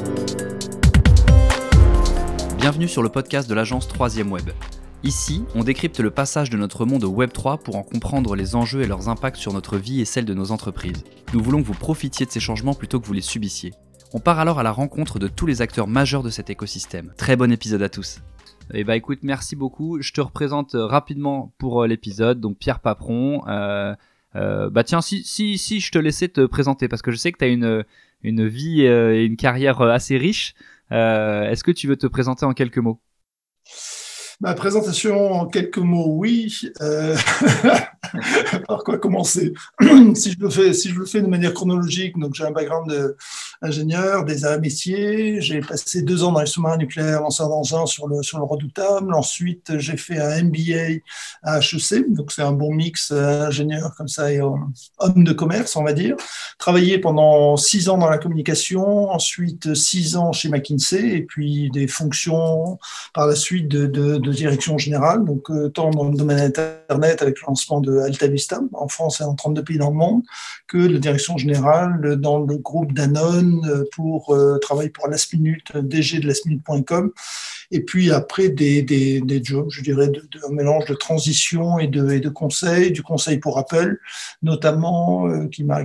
Bienvenue sur le podcast de l'agence 3ème Web. Ici, on décrypte le passage de notre monde au Web3 pour en comprendre les enjeux et leurs impacts sur notre vie et celle de nos entreprises. Nous voulons que vous profitiez de ces changements plutôt que vous les subissiez. On part alors à la rencontre de tous les acteurs majeurs de cet écosystème. Très bon épisode à tous. Eh bah écoute, merci beaucoup. Je te représente rapidement pour l'épisode. Donc Pierre Paperon. Tiens, si je te laissais te présenter, parce que je sais que tu as une vie et une carrière assez riche. Est-ce que tu veux te présenter en quelques mots ? Ma présentation en quelques mots, oui. Par quoi commencer ? Si je le fais de manière chronologique, donc j'ai un background d'ingénieur, des arts et métiers. J'ai passé 2 ans dans les sous-marins nucléaires, lanceur d'engins sur le Redoutable. Ensuite, j'ai fait un MBA à HEC, donc c'est un bon mix ingénieur comme ça et homme de commerce, on va dire. Travaillé pendant 6 ans dans la communication, ensuite 6 ans chez McKinsey, et puis des fonctions par la suite de direction générale, donc tant dans le domaine Internet avec le lancement de Alta Vista en France et en 32 pays dans le monde, que la direction générale dans le groupe Danone pour travailler pour Last Minute, DG de lastminute.com, et puis après des jobs, je dirais, un mélange de transition et de conseil, du conseil pour Apple, notamment, qui a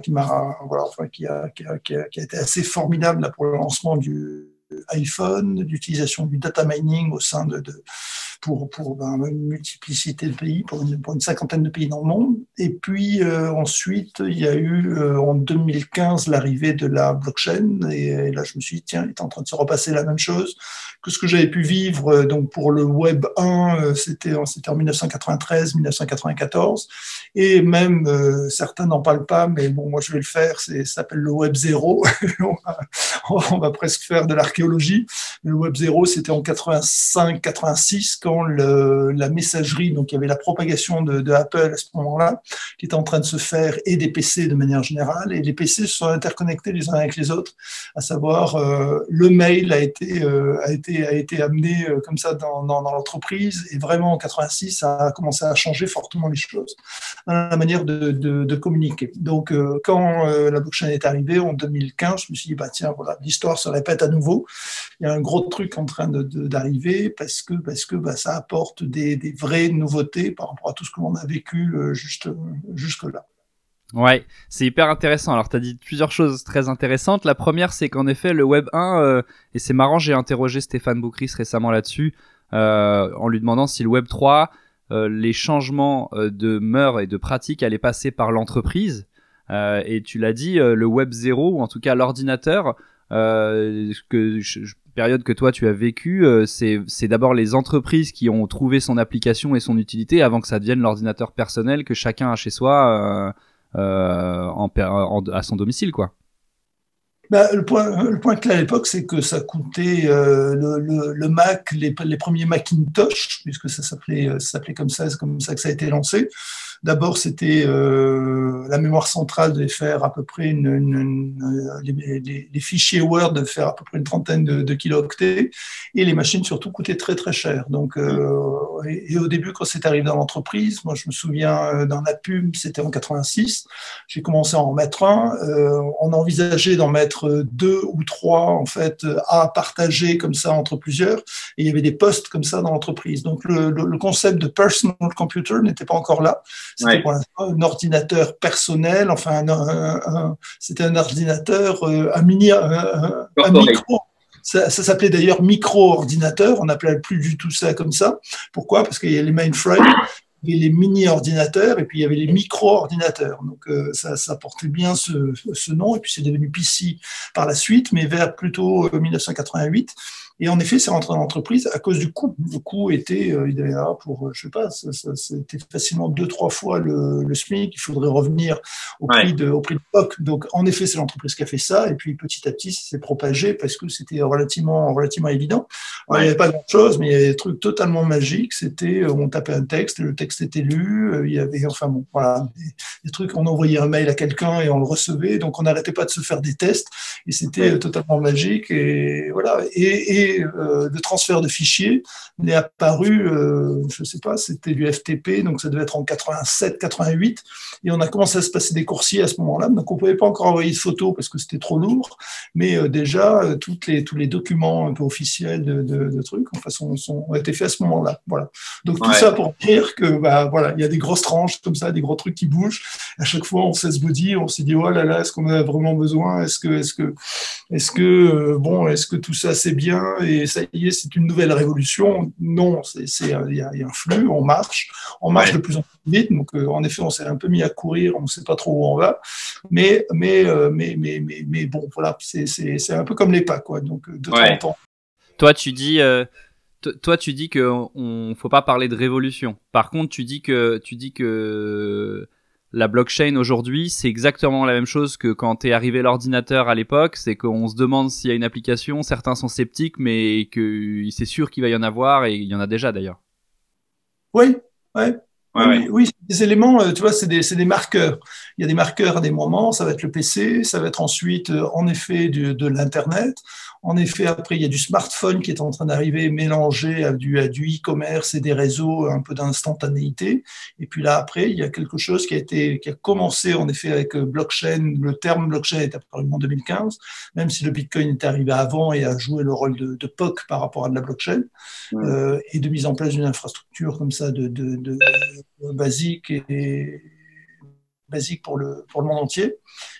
été assez formidable là, pour le lancement du iPhone, d'utilisation du data mining au sein pour une multiplicité de pays, pour une cinquantaine de pays dans le monde. Et puis ensuite, il y a eu en 2015 l'arrivée de la blockchain, et là je me suis dit, tiens, il est en train de se repasser la même chose que ce que j'avais pu vivre donc pour le Web 1, c'était en 1993-1994, et même certains n'en parlent pas, mais bon, moi je vais le faire, ça s'appelle le Web 0, on va presque faire de l'archéologie. Le Web 0, c'était en 85-86, quand la messagerie, donc il y avait la propagation de Apple à ce moment-là, qui était en train de se faire, et des PC de manière générale, et les PC se sont interconnectés les uns avec les autres, à savoir le mail a été amené comme ça dans l'entreprise, et vraiment en 86, ça a commencé à changer fortement les choses, dans la manière de communiquer. Donc quand la blockchain est arrivée en 2015, je me suis dit, tiens, voilà, l'histoire se répète à nouveau. Il y a un gros truc en train d'arriver parce que ça apporte des vraies nouveautés par rapport à tout ce que l'on a vécu jusque-là. Ouais, c'est hyper intéressant. Alors, tu as dit plusieurs choses très intéressantes. La première, c'est qu'en effet, le Web 1, et c'est marrant, j'ai interrogé Stéphane Boucris récemment là-dessus, en lui demandant si le Web 3, les changements de mœurs et de pratiques allaient passer par l'entreprise. Et tu l'as dit, le Web 0, ou en tout cas l'ordinateur, période que toi tu as vécue, c'est d'abord les entreprises qui ont trouvé son application et son utilité avant que ça devienne l'ordinateur personnel que chacun a chez soi à son domicile, quoi. Le point clé à l'époque, c'est que ça coûtait le Mac, les premiers Macintosh, puisque ça s'appelait comme ça, c'est comme ça que ça a été lancé. D'abord, c'était la mémoire centrale devait faire à peu près les fichiers Word devaient faire à peu près une trentaine de kilooctets, et les machines surtout coûtaient très très cher. Donc, et au début, quand c'est arrivé dans l'entreprise, moi je me souviens dans la pub, c'était en 86, j'ai commencé à en mettre un. On envisageait d'en mettre 2 ou 3 en fait à partager comme ça entre plusieurs, et il y avait des postes comme ça dans l'entreprise. Donc le concept de personal computer n'était pas encore là. C'était pour l'instant un ordinateur personnel, enfin c'était un ordinateur, un micro. Ça s'appelait d'ailleurs micro-ordinateur, on n'appelait plus du tout ça comme ça. Pourquoi ? Parce qu'il y a les mainframes, il y avait les mini-ordinateurs, et puis il y avait les micro-ordinateurs. Donc ça portait bien ce nom, et puis c'est devenu PC par la suite, mais vers plutôt 1988. Et en effet, c'est rentré dans l'entreprise à cause du coût. Le coût était, il devait y avoir pour, je sais pas, c'était facilement 2-3 fois le SMIC. Il faudrait revenir au prix de l'époque. Donc, en effet, c'est l'entreprise qui a fait ça. Et puis, petit à petit, ça s'est propagé parce que c'était relativement évident. Alors, il n'y avait pas grand-chose, mais il y avait des trucs totalement magiques. C'était, on tapait un texte, le texte était lu. Il y avait, enfin bon, voilà, des trucs. On envoyait un mail à quelqu'un et on le recevait. Donc, on n'arrêtait pas de se faire des tests. Et c'était totalement magique. Et voilà. Et premier de transfert de fichiers n'est apparu, je sais pas, c'était du FTP, donc ça devait être en 87, 88, et on a commencé à se passer des coursiers à ce moment-là, donc on pouvait pas encore envoyer de photos parce que c'était trop lourd, mais déjà tous les documents un peu officiels de trucs, enfin, ont été faits à ce moment-là. Voilà. Donc tout ça pour dire que voilà, il y a des grosses tranches comme ça, des gros trucs qui bougent. À chaque fois, on s'est dit, oh là là, est-ce qu'on en a vraiment besoin? Est-ce que tout ça c'est bien et ça y est, c'est une nouvelle révolution? Non, il y a un flux, on marche de plus en plus vite. Donc en effet, on s'est un peu mis à courir, on ne sait pas trop où on va, mais bon, voilà, c'est un peu comme les pas, quoi. Donc de temps en temps. Toi, tu dis que on faut pas parler de révolution. Par contre, tu dis que la blockchain aujourd'hui, c'est exactement la même chose que quand est arrivé l'ordinateur à l'époque. C'est qu'on se demande s'il y a une application. Certains sont sceptiques, mais que c'est sûr qu'il va y en avoir, et il y en a déjà d'ailleurs. Oui, oui, des éléments, tu vois, c'est des marqueurs. Il y a des marqueurs à des moments, ça va être le PC, ça va être ensuite, en effet, de l'Internet. En effet, après, il y a du smartphone qui est en train d'arriver, mélangé à du e-commerce et des réseaux, un peu d'instantanéité. Et puis là, après, il y a quelque chose qui a commencé, en effet, avec blockchain. Le terme blockchain est apparu en 2015, même si le Bitcoin est arrivé avant et a joué le rôle de POC par rapport à de la blockchain, et de mise en place d'une infrastructure comme ça de basique et basique pour le monde entier.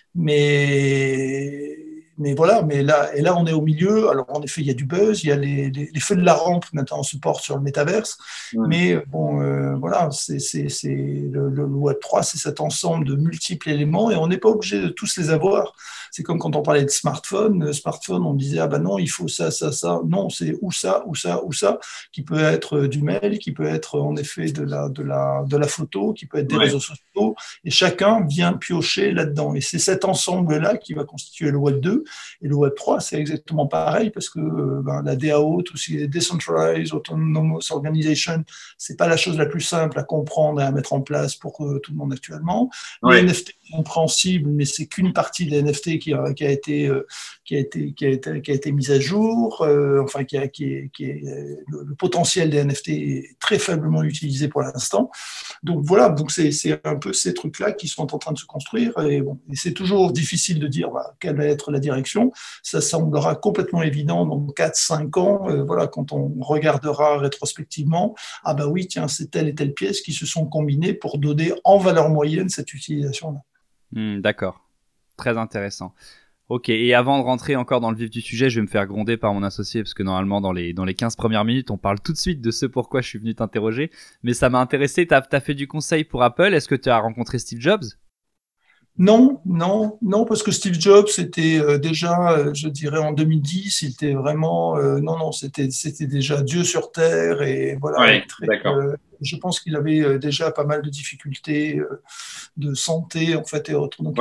Mais voilà, mais là on est au milieu. Alors en effet, il y a du buzz, il y a les feux de la rampe maintenant se portent sur le métaverse, mais bon, voilà, c'est le Web3, c'est cet ensemble de multiples éléments et on n'est pas obligé de tous les avoir. C'est comme quand on parlait de smartphone, on disait non, il faut ça. Non, c'est ou ça, qui peut être du mail, qui peut être en effet de la photo, qui peut être des réseaux sociaux, et chacun vient piocher là-dedans. Et c'est cet ensemble-là qui va constituer le Web 2. Et le Web 3, c'est exactement pareil, parce que la DAO, tout ce qui est Decentralized Autonomous Organization, c'est pas la chose la plus simple à comprendre et à mettre en place pour tout le monde actuellement. Les NFT sont compréhensibles, mais c'est qu'une partie des NFT qui a été mise à jour. Enfin, le potentiel des NFT est très faiblement utilisé pour l'instant. Donc voilà, donc c'est un peu ces trucs-là qui sont en train de se construire. Et bon, et c'est toujours difficile de dire quelle va être la direction. Ça semblera complètement évident dans 4-5 ans. Voilà, quand on regardera rétrospectivement, oui, tiens, c'est telle et telle pièce qui se sont combinées pour donner en valeur moyenne cette utilisation-là. D'accord, très intéressant. Ok, et avant de rentrer encore dans le vif du sujet, je vais me faire gronder par mon associé, parce que normalement dans les 15 premières minutes, on parle tout de suite de ce pourquoi je suis venu t'interroger. Mais ça m'a intéressé, t'as fait du conseil pour Apple. Est-ce que tu as rencontré Steve Jobs ? Non, parce que Steve Jobs, c'était déjà, je dirais en 2010, il était vraiment, non, c'était déjà Dieu sur terre, et voilà. Je pense qu'il avait déjà pas mal de difficultés de santé, en fait, et autres. Donc,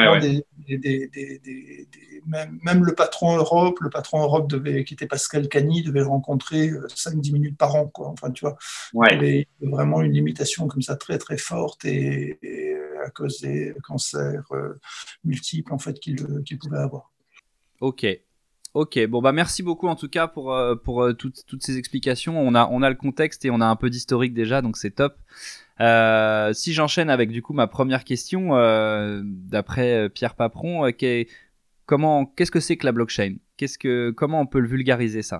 même le patron Europe qui était Pascal Cagny, devait le rencontrer 5-10 minutes par an, quoi. Enfin, tu vois, il y avait vraiment une limitation comme ça très, très forte, et à cause des cancers multiples, en fait, qu'il pouvait avoir. Ok, bon merci beaucoup en tout cas pour toutes ces explications. On a le contexte et on a un peu d'historique déjà, donc c'est top. Si j'enchaîne avec du coup ma première question, d'après Pierre Papron, qu'est-ce que c'est que la blockchain ? Comment on peut le vulgariser, ça ?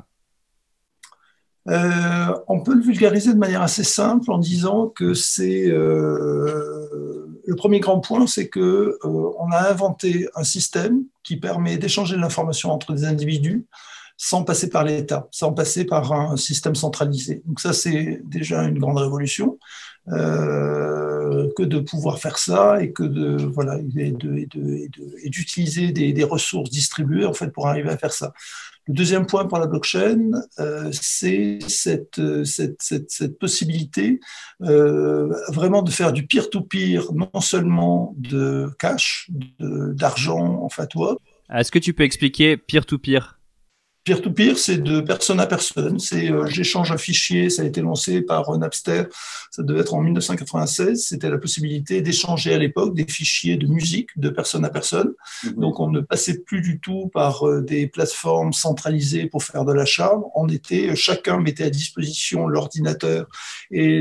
On peut le vulgariser de manière assez simple en disant que c'est le premier grand point, c'est que on a inventé un système qui permet d'échanger de l'information entre des individus sans passer par l'État, sans passer par un système centralisé. Donc ça, c'est déjà une grande révolution, que de pouvoir faire ça et que d'utiliser des ressources distribuées, en fait, pour arriver à faire ça. Le deuxième point pour la blockchain, c'est cette possibilité vraiment de faire du peer-to-peer, non seulement de cash, d'argent, en fait, ou autre. Est-ce que tu peux expliquer peer-to-peer ? Peer-to-peer, c'est de personne à personne. C'est j'échange un fichier, ça a été lancé par Napster, ça devait être en 1996. C'était la possibilité d'échanger à l'époque des fichiers de musique de personne à personne. Donc on ne passait plus du tout par des plateformes centralisées pour faire de l'achat. Chacun mettait à disposition l'ordinateur et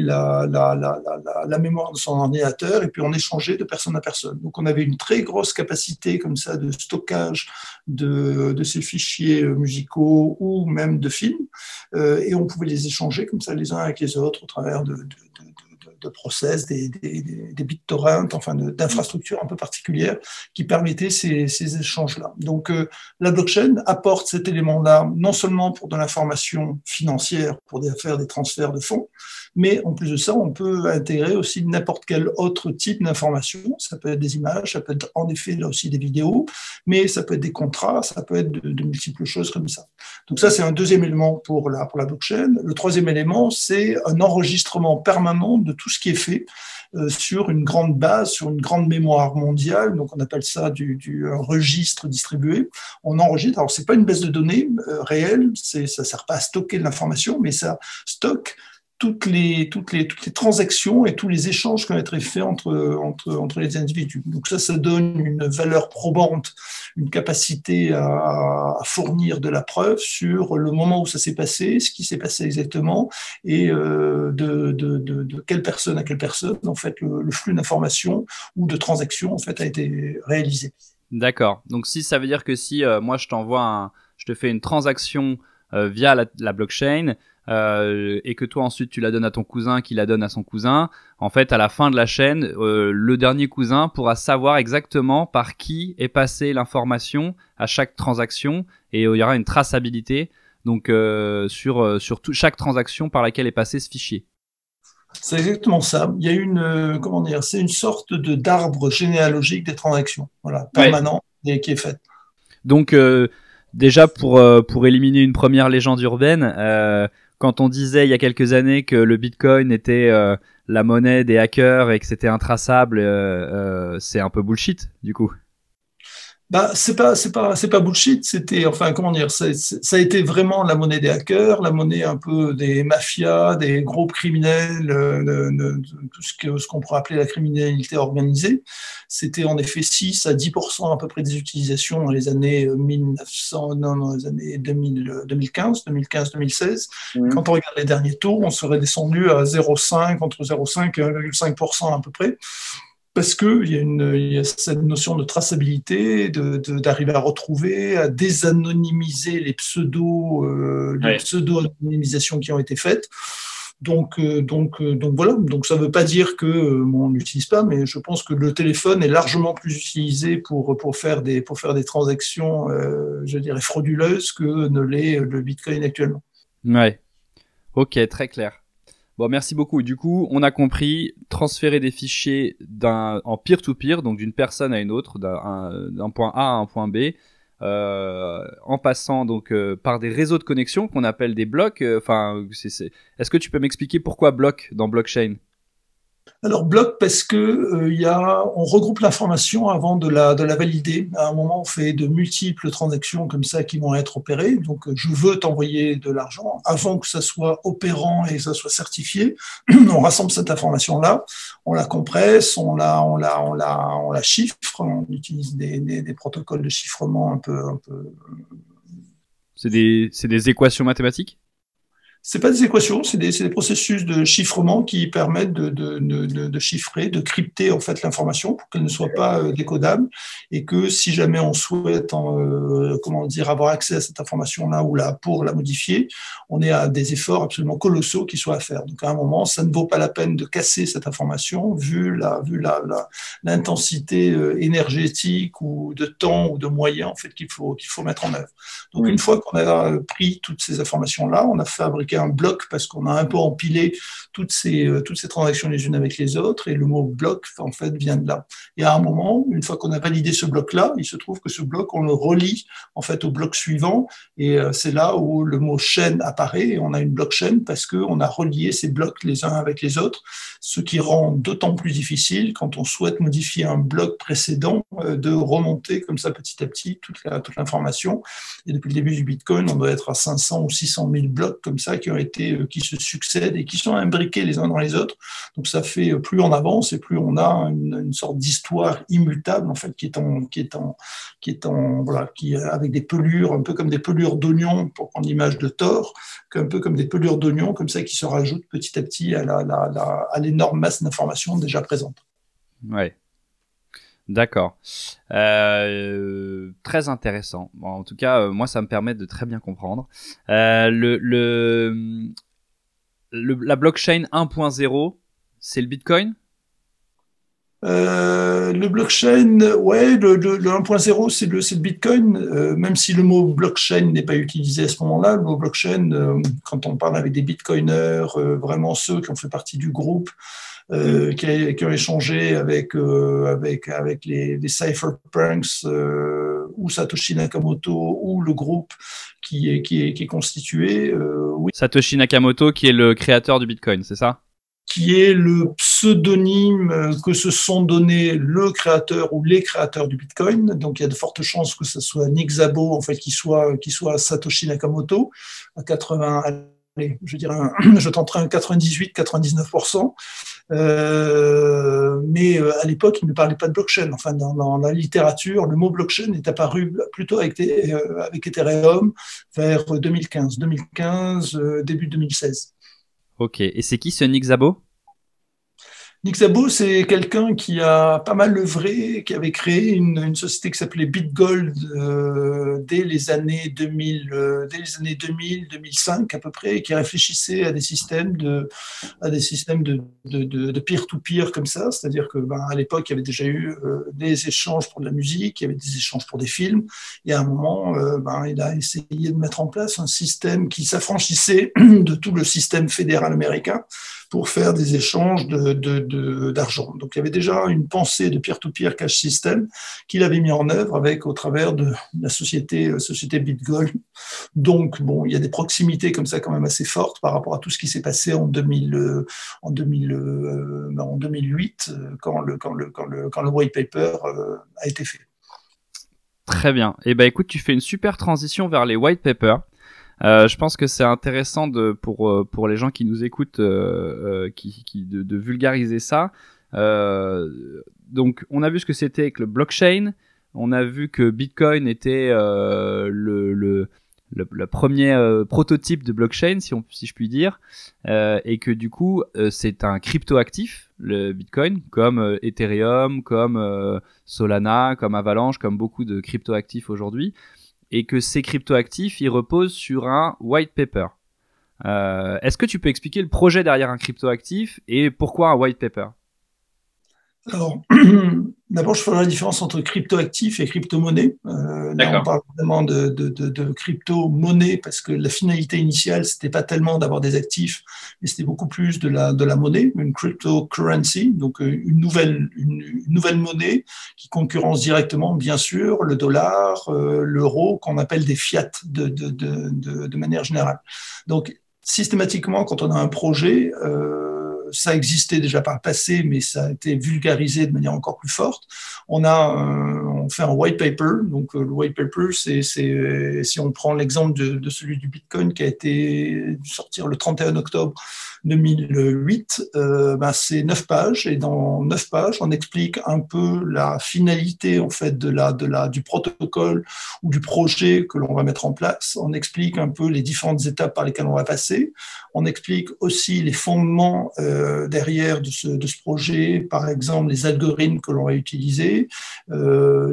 la mémoire de son ordinateur, et puis on échangeait de personne à personne. Donc on avait une très grosse capacité comme ça de stockage de ces fichiers musicaux ou même de films, et on pouvait les échanger comme ça les uns avec les autres au travers de process, des BitTorrent, enfin d'infrastructures un peu particulières qui permettaient ces échanges-là. Donc la blockchain apporte cet élément-là non seulement pour de l'information financière, pour faire des transferts de fonds, mais en plus de ça, on peut intégrer aussi n'importe quel autre type d'information. Ça peut être des images, ça peut être en effet là aussi des vidéos, mais ça peut être des contrats, ça peut être de multiples choses comme ça. Donc ça, c'est un deuxième élément pour la blockchain. Le troisième élément, c'est un enregistrement permanent de tout ce qui est fait sur une grande base, sur une grande mémoire mondiale. Donc on appelle ça un registre distribué. On enregistre. Alors c'est pas une base de données réelle, ça sert pas à stocker de l'information, mais ça stocke toutes les transactions et tous les échanges qui ont été faits entre les individus. Donc ça donne une valeur probante, une capacité à fournir de la preuve sur le moment où ça s'est passé, ce qui s'est passé exactement, et de quelle personne à quelle personne, en fait, le flux d'informations ou de transactions, en fait, a été réalisé. D'accord. Donc si ça veut dire que si moi je te fais une transaction via la blockchain, et que toi ensuite tu la donnes à ton cousin qui la donne à son cousin, en fait à la fin de la chaîne, le dernier cousin pourra savoir exactement par qui est passée l'information à chaque transaction, et il y aura une traçabilité donc sur chaque transaction par laquelle est passé ce fichier. C'est exactement ça. Il y a c'est une sorte d'arbre généalogique des transactions, voilà, permanent, et qui est fait. Donc déjà pour éliminer une première légende urbaine, quand on disait il y a quelques années que le Bitcoin était la monnaie des hackers et que c'était intraçable, c'est un peu bullshit du coup. Bah, c'est pas bullshit. C'était, enfin, comment dire, ça a été vraiment la monnaie des hackers, la monnaie un peu des mafias, des groupes criminels, tout ce qu'on pourrait appeler la criminalité organisée. C'était en effet 6 à 10% à peu près des utilisations dans les années 1900, non, dans les années 2015, 2016. Quand on regarde les derniers taux, on serait descendu à 0,5, entre 0,5 et 1,5% à peu près. Parce qu'il y a cette notion de traçabilité, d'arriver à retrouver, à désanonymiser les pseudo-anonymisations qui ont été faites. Donc voilà. Donc ça ne veut pas dire que on n'utilise pas, mais je pense que le téléphone est largement plus utilisé pour faire des transactions, je dirais frauduleuses, que ne l'est le Bitcoin actuellement. Ouais. Ok, très clair. Bon, merci beaucoup. Du coup, on a compris, transférer des fichiers en peer-to-peer, donc d'une personne à une autre, d'un point A à un point B, en passant donc par des réseaux de connexion qu'on appelle des blocs. Est-ce que tu peux m'expliquer pourquoi bloc dans blockchain ? Alors bloc parce que on regroupe l'information avant de la valider. À un moment, on fait de multiples transactions comme ça qui vont être opérées. Donc je veux t'envoyer de l'argent avant que ça soit opérant et que ça soit certifié. On rassemble cette information-là, on la compresse, on la chiffre. On utilise des protocoles de chiffrement un peu. C'est des équations mathématiques ? C'est pas des équations, c'est des processus de chiffrement qui permettent de chiffrer, de crypter en fait l'information pour qu'elle ne soit pas décodable, et que si jamais on souhaite avoir accès à cette information-là ou là pour la modifier, on est à des efforts absolument colossaux qui soient à faire. Donc à un moment, ça ne vaut pas la peine de casser cette information vu l'intensité énergétique ou de temps ou de moyens en fait qu'il faut mettre en œuvre. Donc une fois qu'on a pris toutes ces informations-là, on a fabriqué bloquer un bloc parce qu'on a un peu empilé toutes ces transactions les unes avec les autres, et le mot bloc, en fait, vient de là. Et à un moment, une fois qu'on a validé ce bloc-là, il se trouve que ce bloc, on le relie, en fait, au bloc suivant, et c'est là où le mot chaîne apparaît, et on a une blockchain parce qu'on a relié ces blocs les uns avec les autres, ce qui rend d'autant plus difficile, quand on souhaite modifier un bloc précédent, de remonter comme ça petit à petit toute l'information. Et depuis le début du Bitcoin, on doit être à 500 ou 600 000 blocs comme ça qui se succèdent et qui sont imbriqués les uns dans les autres. Donc ça fait, plus on avance et plus on a une sorte d'histoire immutable, en fait, avec des pelures, un peu comme des pelures d'oignons, pour prendre l'image de Thor, un peu comme des pelures d'oignons comme ça qui se rajoutent petit à petit à l'énorme masse d'informations déjà présentes. Ouais. D'accord. Très intéressant. Bon, en tout cas, moi, ça me permet de très bien comprendre. La blockchain 1.0, c'est le Bitcoin? Le blockchain, ouais, le 1.0, c'est le Bitcoin, même si le mot blockchain n'est pas utilisé à ce moment-là. Le mot blockchain, quand on parle avec des bitcoiners, vraiment ceux qui ont fait partie du groupe, qui ont échangé avec les cypherpunks, ou Satoshi Nakamoto, ou le groupe qui est constitué. Oui. Satoshi Nakamoto, qui est le créateur du Bitcoin, c'est ça? Qui est le pseudonyme que se sont donné le créateur ou les créateurs du Bitcoin. Donc, il y a de fortes chances que ce soit Nick Szabo, en fait, qui soit Satoshi Nakamoto, à 80, allez, je tenterai un 98-99%. Mais à l'époque, il ne parlait pas de blockchain. Enfin, dans la littérature, le mot blockchain est apparu plutôt avec Ethereum vers 2015, début 2016. Ok. Et c'est qui ce Nick Szabo? Nick Szabo, c'est quelqu'un qui a pas mal œuvré, qui avait créé une société qui s'appelait BitGold dès les années 2000-2005 à peu près, et qui réfléchissait à des systèmes de peer-to-peer comme ça, c'est-à-dire que à l'époque, il y avait déjà eu des échanges pour de la musique, il y avait des échanges pour des films, et à un moment, il a essayé de mettre en place un système qui s'affranchissait de tout le système fédéral américain pour faire des échanges d'argent. Donc, il y avait déjà une pensée de peer-to-peer cash system qu'il avait mis en œuvre au travers de la société BitGold. Donc, bon, il y a des proximités comme ça quand même assez fortes par rapport à tout ce qui s'est passé en 2008, quand le white paper a été fait. Très bien. Et écoute, tu fais une super transition vers les white papers. Je pense que c'est intéressant pour les gens qui nous écoutent, de vulgariser ça. Donc, on a vu ce que c'était avec le blockchain. On a vu que Bitcoin était le premier prototype de blockchain, si je puis dire, et que du coup, c'est un cryptoactif, le Bitcoin, comme Ethereum, comme Solana, comme Avalanche, comme beaucoup de cryptoactifs aujourd'hui. Et que ces cryptoactifs, ils reposent sur un white paper. Est-ce que tu peux expliquer le projet derrière un cryptoactif et pourquoi un white paper? Alors, d'abord, je ferai la différence entre cryptoactifs et crypto-monnaie. Là, on parle vraiment de crypto-monnaie parce que la finalité initiale, c'était pas tellement d'avoir des actifs, mais c'était beaucoup plus de la monnaie, une cryptocurrency, donc une nouvelle monnaie qui concurrence directement, bien sûr, le dollar, l'euro, qu'on appelle des fiat de manière générale. Donc, systématiquement, quand on a un projet, ça existait déjà par le passé, mais ça a été vulgarisé de manière encore plus forte. On fait un white paper. Donc, le white paper, c'est si on prend l'exemple de celui du Bitcoin qui a été sortir le 31 octobre 2008, c'est 9 pages. Et dans 9 pages, on explique un peu la finalité, en fait, du protocole ou du projet que l'on va mettre en place. On explique un peu les différentes étapes par lesquelles on va passer. On explique aussi les fondements derrière de ce projet, par exemple les algorithmes que l'on va utiliser,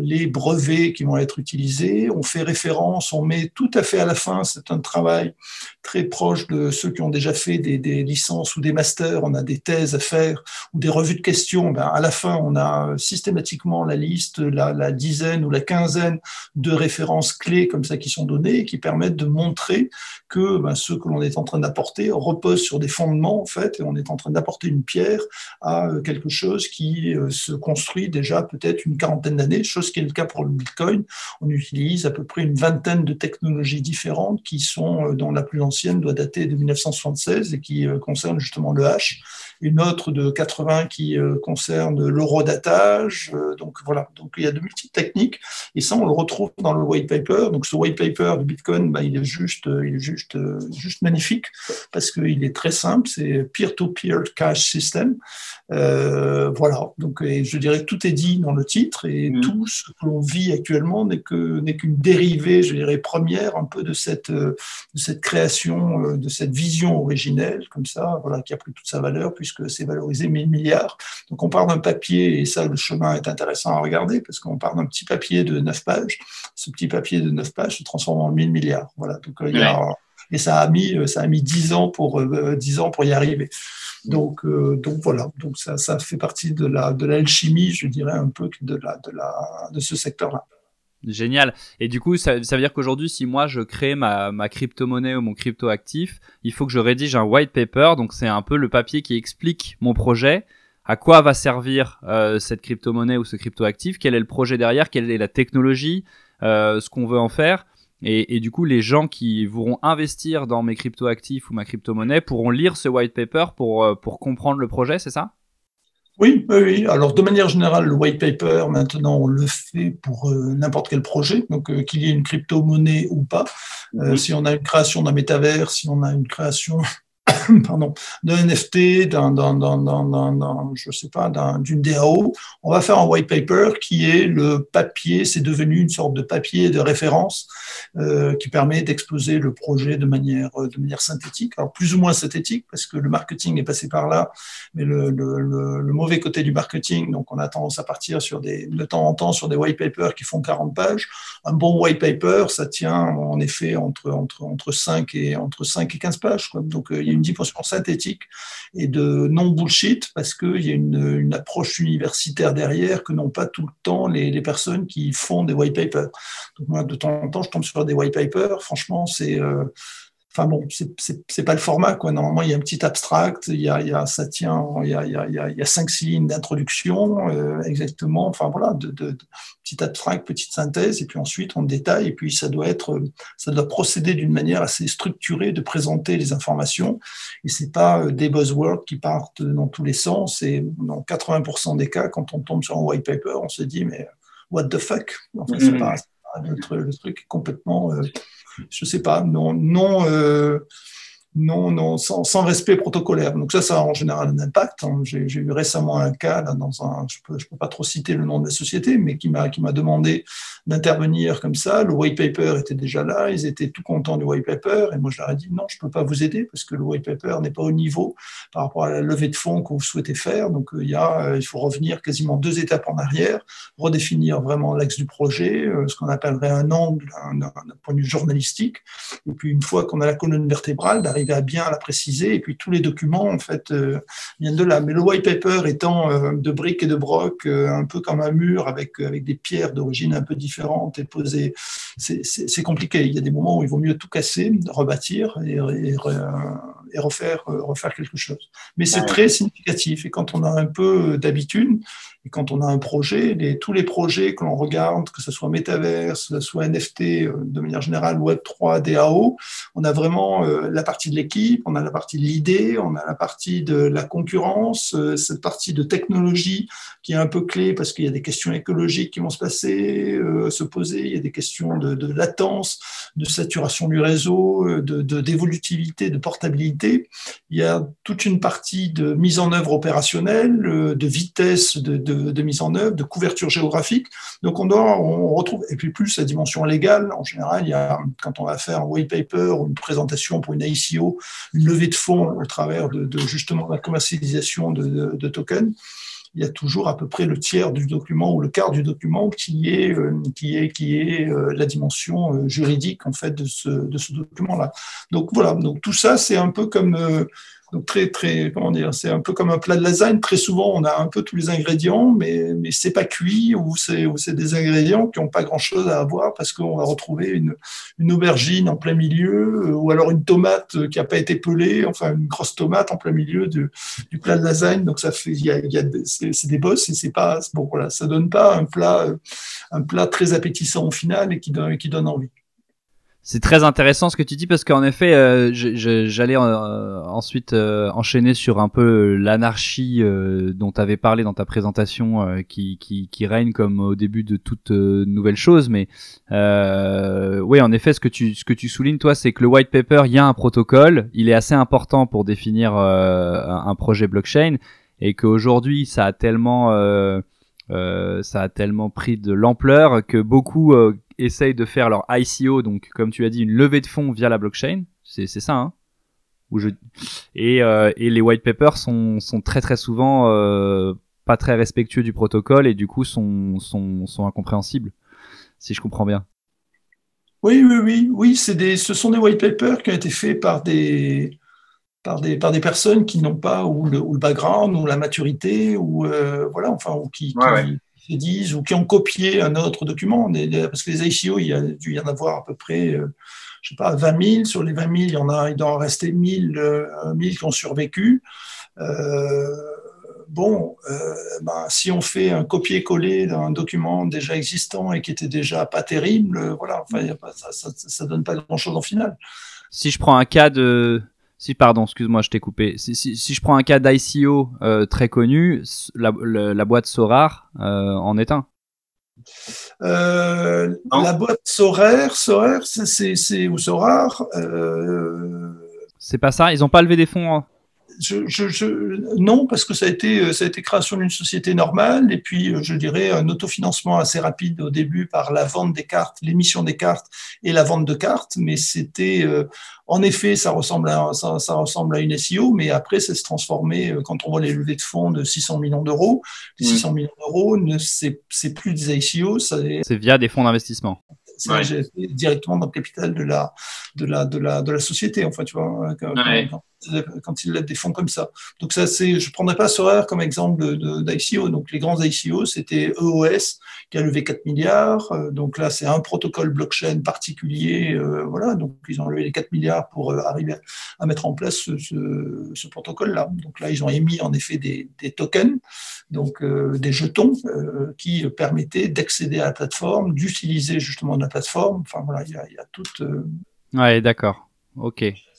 les brevets qui vont être utilisés. On fait référence, on met tout à fait à la fin, c'est un travail très proche de ceux qui ont déjà fait des licences ou des masters, on a des thèses à faire ou des revues de questions. Ben, à la fin, on a systématiquement la liste, la dizaine ou la quinzaine de références clés comme ça qui sont données et qui permettent de montrer que ce que l'on est en train d'apporter repose sur des fondements en fait, et on est en train d'apporter une pierre à quelque chose qui se construit déjà peut-être une quarantaine d'années, chose qui est le cas pour le Bitcoin. On utilise à peu près une vingtaine de technologies différentes qui sont, dont la plus ancienne doit dater de 1976 et qui concerne justement le hash, une autre de 80 qui concerne l'eurodatage. Donc voilà, donc il y a de multiples techniques et ça on le retrouve dans le white paper. Donc ce white paper du Bitcoin, il est juste magnifique parce qu'il est très simple, c'est peer-to-peer cash system. Voilà, donc et je dirais que tout est dit dans le titre et tout ce que l'on vit actuellement n'est qu'une dérivée, je dirais première un peu de cette création, de cette vision originelle comme ça, voilà, qui a pris toute sa valeur puisque c'est valorisé 1000 milliards. Donc on part d'un papier et ça le chemin est intéressant à regarder parce qu'on part d'un petit papier de 9 pages. Ce petit papier de 9 pages se transforme en 1000 milliards. Voilà, donc il y a et ça a mis 10 ans pour y arriver. Donc voilà, donc ça fait partie de l'alchimie, je dirais un peu de ce secteur-là. Génial. Et du coup, ça veut dire qu'aujourd'hui, si moi je crée ma crypto-monnaie ou mon crypto-actif, il faut que je rédige un white paper. Donc c'est un peu le papier qui explique mon projet, à quoi va servir cette crypto-monnaie ou ce crypto-actif, quel est le projet derrière, quelle est la technologie, ce qu'on veut en faire. Et du coup, les gens qui voudront investir dans mes crypto-actifs ou ma crypto-monnaie pourront lire ce white paper pour comprendre le projet, c'est ça ? Oui. Alors, de manière générale, le white paper, maintenant, on le fait pour n'importe quel projet, donc qu'il y ait une crypto-monnaie ou pas. Si on a une création d'un métavers, si on a une création d'un NFT, je sais pas, d'une DAO, on va faire un white paper qui est le papier, c'est devenu une sorte de papier de référence qui permet d'exposer le projet de manière synthétique, alors plus ou moins synthétique parce que le marketing est passé par là, mais le mauvais côté du marketing, donc on a tendance à partir de temps en temps sur des white papers qui font 40 pages. Un bon white paper, ça tient en effet entre 5 et 15 pages, quoi. Donc il y a une dimension synthétique et de non-bullshit parce qu'il y a une approche universitaire derrière que n'ont pas tout le temps les personnes qui font des white papers. Donc moi, de temps en temps, je tombe sur des white papers. Franchement, c'est pas le format, quoi. Normalement, il y a un petit abstract, il y a 5-6 lignes d'introduction, exactement. Enfin voilà, de petit abstract, petite synthèse, et puis ensuite on détaille, et puis ça doit procéder d'une manière assez structurée de présenter les informations. Et c'est pas des buzzwords qui partent dans tous les sens. Et dans 80% des cas, quand on tombe sur un white paper, on se dit mais what the fuck. Enfin, c'est pas le truc est complètement je sais pas, sans respect protocolaire. Donc ça a en général un impact. J'ai eu récemment un cas là, je peux pas trop citer le nom de la société, mais qui m'a demandé d'intervenir comme ça. Le white paper était déjà là, ils étaient tout contents du white paper, et moi je leur ai dit non, je peux pas vous aider parce que le white paper n'est pas au niveau par rapport à la levée de fonds que vous souhaitez faire. Donc il faut revenir quasiment 2 étapes en arrière, redéfinir vraiment l'axe du projet, ce qu'on appellerait un angle d'un point de vue journalistique, et puis une fois qu'on a la colonne vertébrale, d'arriver à bien la préciser, et puis tous les documents en fait viennent de là. Mais le white paper étant de briques et de broc, un peu comme un mur avec des pierres d'origine un peu différentes et posées, c'est compliqué. Il y a des moments où il vaut mieux tout casser, rebâtir et refaire quelque chose. Mais c'est très significatif, et quand on a un peu d'habitude et quand on a un projet, tous les projets que l'on regarde, que ce soit Metaverse, que ce soit NFT, de manière générale Web3, DAO, on a vraiment la partie de l'équipe, on a la partie de l'idée, on a la partie de la concurrence, cette partie de technologie qui est un peu clé parce qu'il y a des questions écologiques qui vont se poser, il y a des questions de latence, de saturation du réseau, d'évolutivité, de portabilité. Il y a toute une partie de mise en œuvre opérationnelle, de vitesse de mise en œuvre, de couverture géographique. Donc on retrouve, et puis plus la dimension légale, en général, quand on va faire un white paper ou une présentation pour une ICO, une levée de fonds au travers de justement la commercialisation de tokens, il y a toujours à peu près le tiers du document ou le quart du document qui est la dimension juridique en fait de ce document-là. Donc voilà, donc tout ça c'est un peu comme donc comment dire, c'est un peu comme un plat de lasagne. Très souvent, on a un peu tous les ingrédients, mais c'est pas cuit ou c'est des ingrédients qui n'ont pas grand-chose à avoir parce qu'on va retrouver une aubergine en plein milieu ou alors une tomate qui n'a pas été pelée, enfin une grosse tomate en plein milieu du plat de lasagne. Donc ça fait, c'est des bosses et c'est pas bon. Voilà, ça donne pas un plat très appétissant au final et qui donne envie. C'est très intéressant ce que tu dis parce qu'en effet, j'allais ensuite enchaîner sur un peu l'anarchie dont tu avais parlé dans ta présentation qui règne comme au début de toute nouvelle chose. Mais oui, en effet, ce que tu soulignes, toi, c'est que le white paper, il y a un protocole, il est assez important pour définir un projet blockchain et qu'aujourd'hui, ça a tellement pris de l'ampleur que beaucoup essayent de faire leur ICO, donc comme tu as dit, une levée de fonds via la blockchain. C'est ça, hein. Et les white papers sont très très souvent pas très respectueux du protocole et du coup sont incompréhensibles, si je comprends bien. Oui, ce sont des white papers qui ont été faits par des personnes qui n'ont pas ou le background ou la maturité ou voilà, enfin, ou qui se disent ou qui ont copié un autre document. Parce que les ICO, il y a dû y en avoir à peu près, je sais pas, 20 000. Sur les 20 000, il doit en rester 1000 qui ont survécu. Si on fait un copier-coller d'un document déjà existant et qui était déjà pas terrible, voilà, enfin, ça donne pas grand-chose en final. Si je prends un cas pardon, excuse-moi, je t'ai coupé. Si je prends un cas d'ICO très connu, la boîte Sorare en est un. La boîte Sorare, ou Sorare. C'est pas ça. Ils n'ont pas levé des fonds. Non, parce que ça a été création d'une société normale et puis je dirais un autofinancement assez rapide au début par la vente des cartes, l'émission des cartes et la vente de cartes, mais c'était en effet ça ressemble à une SEO, mais après ça s'est transformé quand on voit les levées de fonds de 600 millions d'euros. Les 600 millions d'euros, c'est plus des ICO, c'est via des fonds d'investissement. C'est directement dans le capital de la société, enfin, tu vois, quand ils lèvent des fonds comme ça. Donc ça, je prendrais pas Sorare comme exemple d'ICO. Donc les grands ICO, c'était EOS qui a levé 4 milliards. Donc là, c'est un protocole blockchain particulier. Voilà, donc ils ont levé les 4 milliards pour arriver à mettre en place ce protocole-là. Donc là, ils ont émis en effet des tokens, donc des jetons qui permettaient d'accéder à la plateforme, d'utiliser justement la plateforme. Enfin voilà, il y a toute. Ouais, d'accord. Ok.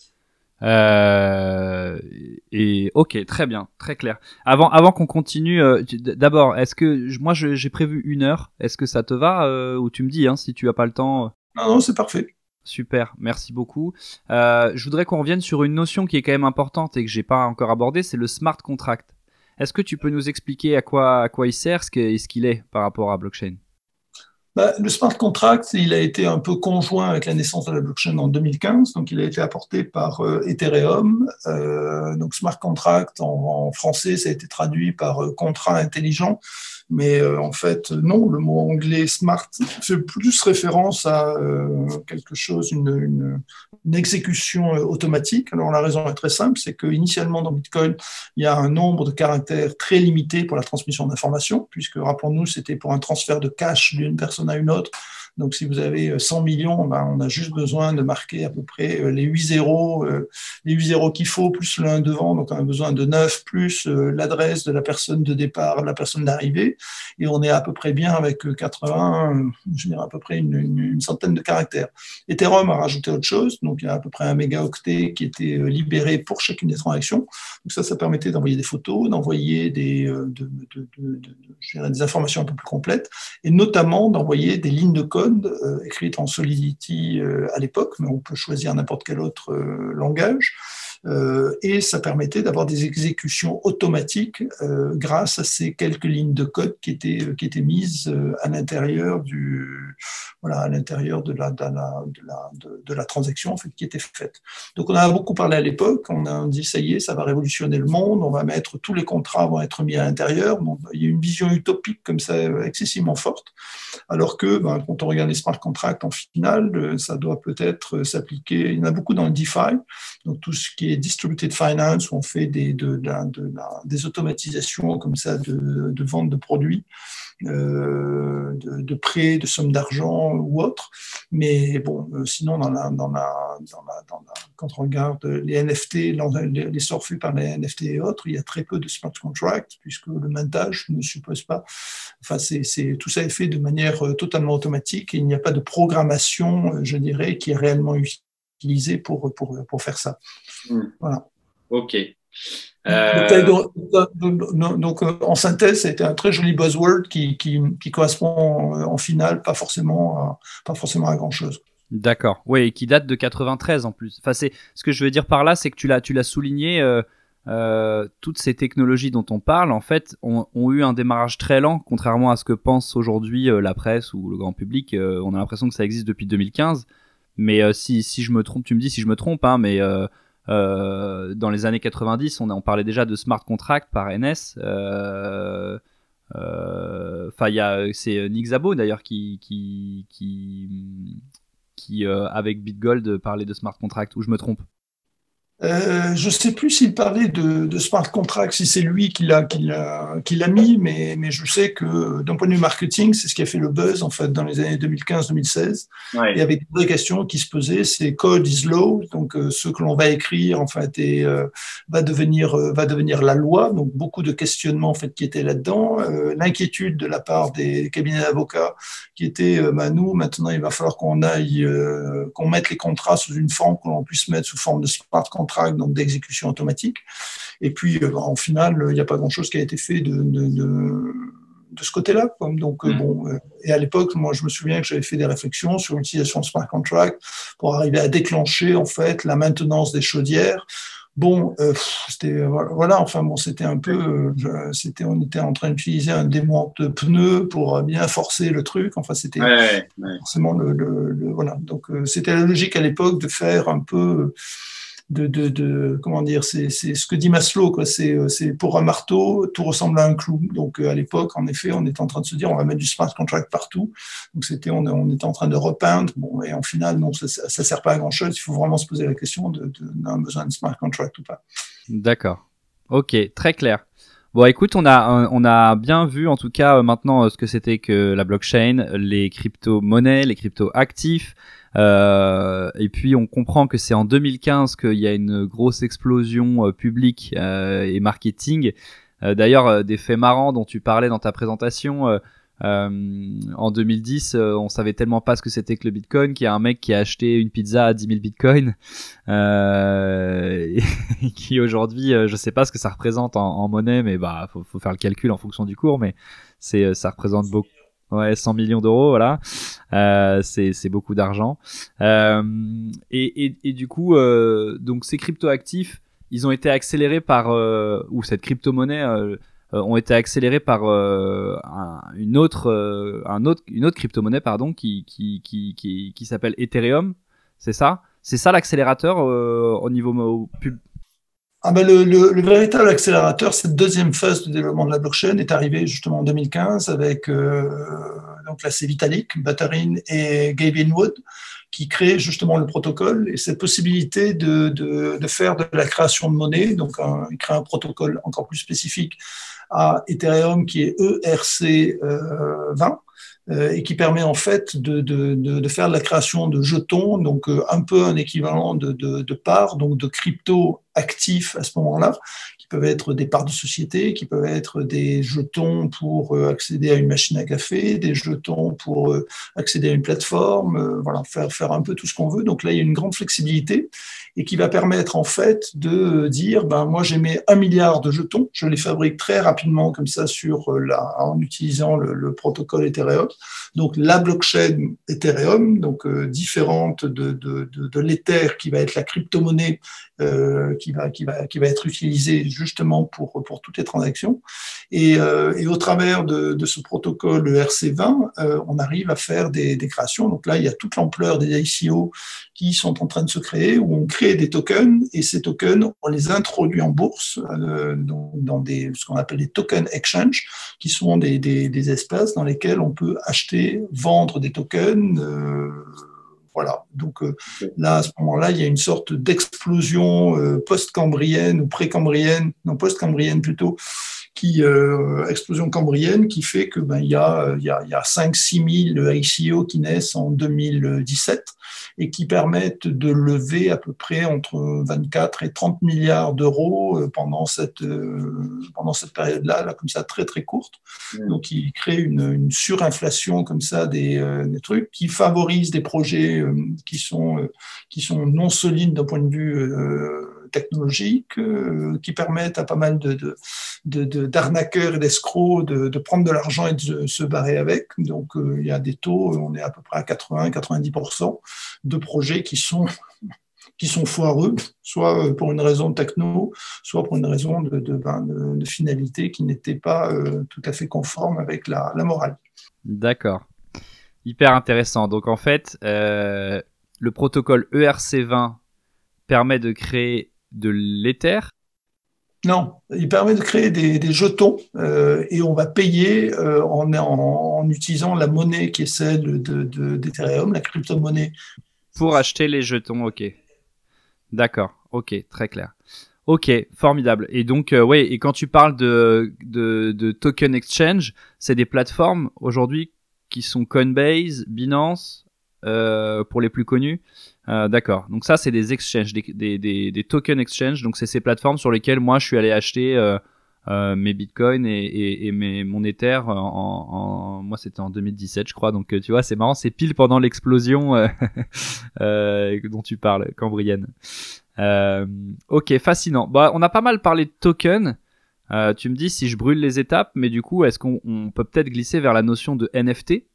Et ok, très bien, très clair. Avant qu'on continue, d'abord, est-ce que moi j'ai prévu 1 heure. Est-ce que ça te va ou tu me dis si tu as pas le temps? Non, c'est parfait. Super, merci beaucoup. Je voudrais qu'on revienne sur une notion qui est quand même importante et que j'ai pas encore abordée, c'est le smart contract. Est-ce que tu peux nous expliquer à quoi il sert, ce qu'il est par rapport à blockchain? Le smart contract, il a été un peu conjoint avec la naissance de la blockchain en 2015, donc il a été apporté par Ethereum. Donc smart contract en français, ça a été traduit par contrat intelligent, mais en fait non, le mot anglais smart fait plus référence à quelque chose, une exécution automatique. Alors la raison est très simple, c'est que initialement dans Bitcoin, il y a un nombre de caractères très limité pour la transmission d'informations, puisque rappelons-nous, c'était pour un transfert de cash d'une personne à une autre. Donc, si vous avez 100 millions, on a juste besoin de marquer à peu près les 8 zéros qu'il faut, plus le 1 devant. Donc, on a besoin de 9 plus l'adresse de la personne de départ, de la personne d'arrivée. Et on est à peu près bien avec 80, je dirais à peu près une centaine de caractères. Ethereum a rajouté autre chose. Donc, il y a à peu près un mégaoctet qui était libéré pour chacune des transactions. Donc, ça permettait d'envoyer des photos, d'envoyer des informations un peu plus complètes et notamment d'envoyer des lignes de code écrites en Solidity à l'époque, mais on peut choisir n'importe quel autre langage, et ça permettait d'avoir des exécutions automatiques grâce à ces quelques lignes de code qui étaient mises à l'intérieur à l'intérieur de la transaction en fait, qui était faite. Donc on en a beaucoup parlé à l'époque, on a dit ça y est, ça va révolutionner le monde, on va mettre tous les contrats vont être mis à l'intérieur. Bon, il y a une vision utopique comme ça excessivement forte, alors que quand on regarde les smart contracts en finale, ça doit peut-être s'appliquer. Il y en a beaucoup dans le DeFi, donc tout ce qui est distributed finance, où on fait des automatisations comme ça de vente de produits, de prêts, de sommes d'argent ou autre. Mais bon, sinon, quand on regarde les NFT, l'essor fait par les NFT et autres, il y a très peu de smart contracts, puisque le mintage ne suppose pas. Enfin, tout ça est fait de manière totalement automatique et il n'y a pas de programmation, je dirais, qui est réellement utilisée pour faire ça. Voilà. Ok. Donc, en synthèse, c'était un très joli buzzword qui correspond en finale pas forcément à grand-chose. D'accord. Oui, et qui date de 93 en plus. Enfin, ce que je veux dire par là, c'est que tu l'as souligné. Toutes ces technologies dont on parle, en fait, ont eu un démarrage très lent, contrairement à ce que pense aujourd'hui la presse ou le grand public. On a l'impression que ça existe depuis 2015. Mais si je me trompe, tu me dis si je me trompe, hein, mais dans les années 90, on parlait déjà de smart contract par NS. C'est Nick Szabo d'ailleurs qui avec BitGold parlait de smart contract, ou je me trompe? Je ne sais plus s'il parlait de smart contract, si c'est lui qui l'a mis, mais je sais que d'un point de vue marketing, c'est ce qui a fait le buzz en fait dans les années 2015-2016. Ouais. Et avec des vraies questions qui se posaient, c'est code is law, donc ce que l'on va écrire en fait va devenir la loi. Donc beaucoup de questionnements en fait qui étaient là-dedans, l'inquiétude de la part des cabinets d'avocats qui était nous maintenant il va falloir qu'on mette les contrats sous une forme que l'on puisse mettre sous forme de smart contract, donc d'exécution automatique. Et puis, en finale, il n'y a pas grand-chose qui a été fait de ce côté-là. Donc, et à l'époque, moi, je me souviens que j'avais fait des réflexions sur l'utilisation de smart contract pour arriver à déclencher, en fait, la maintenance des chaudières. Bon, c'était un peu, on était en train d'utiliser un démonte de pneus pour bien forcer le truc. Enfin, c'était forcément voilà. Donc, c'était la logique à l'époque de faire un peu comment dire, c'est ce que dit Maslow, quoi. C'est pour un marteau, tout ressemble à un clou. Donc à l'époque, en effet, on était en train de se dire, on va mettre du smart contract partout. Donc on était en train de repeindre. Bon, et en final, non, ça sert pas à grand chose. Il faut vraiment se poser la question d'un besoin de smart contract ou pas. D'accord. Ok, très clair. Bon, écoute, on a bien vu en tout cas maintenant ce que c'était que la blockchain, les crypto-monnaies, les crypto-actifs. Et puis on comprend que c'est en 2015 qu'il y a une grosse explosion publique et marketing. D'ailleurs, des faits marrants dont tu parlais dans ta présentation. En 2010, on savait tellement pas ce que c'était que le Bitcoin qu'il y a un mec qui a acheté une pizza à 10 000 Bitcoins et qui aujourd'hui, je sais pas ce que ça représente en monnaie, mais faut faire le calcul en fonction du cours, mais ça représente beaucoup. Ouais, 100 millions d'euros, voilà. C'est beaucoup d'argent. Et du coup, donc ces crypto-actifs, ils ont été accélérés par ou cette crypto-monnaie ont été accélérés par une autre crypto-monnaie qui s'appelle Ethereum. C'est ça l'accélérateur au niveau pub. Le véritable accélérateur, cette deuxième phase de développement de la blockchain est arrivée justement en 2015 avec donc là c'est Vitalik Buterin et Gabe Inwood qui créent justement le protocole et cette possibilité de faire de la création de monnaie. Donc ils créent un protocole encore plus spécifique à Ethereum qui est ERC20. Et qui permet en fait de faire de la création de jetons, donc un peu un équivalent de parts, donc de crypto actifs à ce moment-là, qui peuvent être des parts de société, qui peuvent être des jetons pour accéder à une machine à café, des jetons pour accéder à une plateforme, voilà, faire un peu tout ce qu'on veut. Donc là, il y a une grande flexibilité et qui va permettre en fait de dire, ben moi j'ai mes 1 milliard de jetons, je les fabrique très rapidement comme ça en utilisant le protocole Ethereum. Donc la blockchain Ethereum, donc différente de l'Ether qui va être la crypto-monnaie qui va être utilisée justement pour toutes les transactions. Et au travers de ce protocole RC20, on arrive à faire des créations. Donc là, il y a toute l'ampleur des ICO qui sont en train de se créer, où on crée des tokens, et ces tokens, on les introduit en bourse dans ce qu'on appelle des token exchange, qui sont des espaces dans lesquels on peut acheter, vendre des tokens. Voilà. Donc là, à ce moment-là, il y a une sorte d'explosion post-cambrienne ou pré-cambrienne, non post-cambrienne plutôt, explosion cambrienne qui fait que il y a 5-6 000 ICO qui naissent en 2017 et qui permettent de lever à peu près entre 24 et 30 milliards d'euros pendant cette période-là, là, comme ça, très très courte. Donc, il crée une surinflation comme ça des trucs qui favorisent des projets qui sont non solides d'un point de vue technologiques qui permettent à pas mal d'arnaqueurs et d'escrocs de prendre de l'argent et de se barrer avec. Donc, il y a des taux, on est à peu près à 80-90% de projets qui sont foireux, soit pour une raison techno, soit pour une raison de finalité qui n'était pas tout à fait conforme avec la morale. D'accord. Hyper intéressant. Donc, en fait, le protocole ERC20 permet de créer de l'Ether. Non, il permet de créer des jetons et on va payer en utilisant la monnaie qui est celle d'Ethereum, la crypto-monnaie. Pour acheter les jetons, ok. D'accord, ok, très clair. Ok, formidable. Et donc, ouais, et quand tu parles de token exchange, c'est des plateformes aujourd'hui qui sont Coinbase, Binance, pour les plus connus. D'accord. Donc ça, c'est des exchanges, des token exchange. Donc c'est ces plateformes sur lesquelles moi je suis allé acheter mes bitcoins et mon Ether moi c'était en 2017 je crois. Donc tu vois, c'est marrant, c'est pile pendant l'explosion dont tu parles, cambrienne. Ok, fascinant. Bah, on a pas mal parlé de tokens. Tu me dis si je brûle les étapes, mais du coup, est-ce qu'on peut peut-être glisser vers la notion de NFT?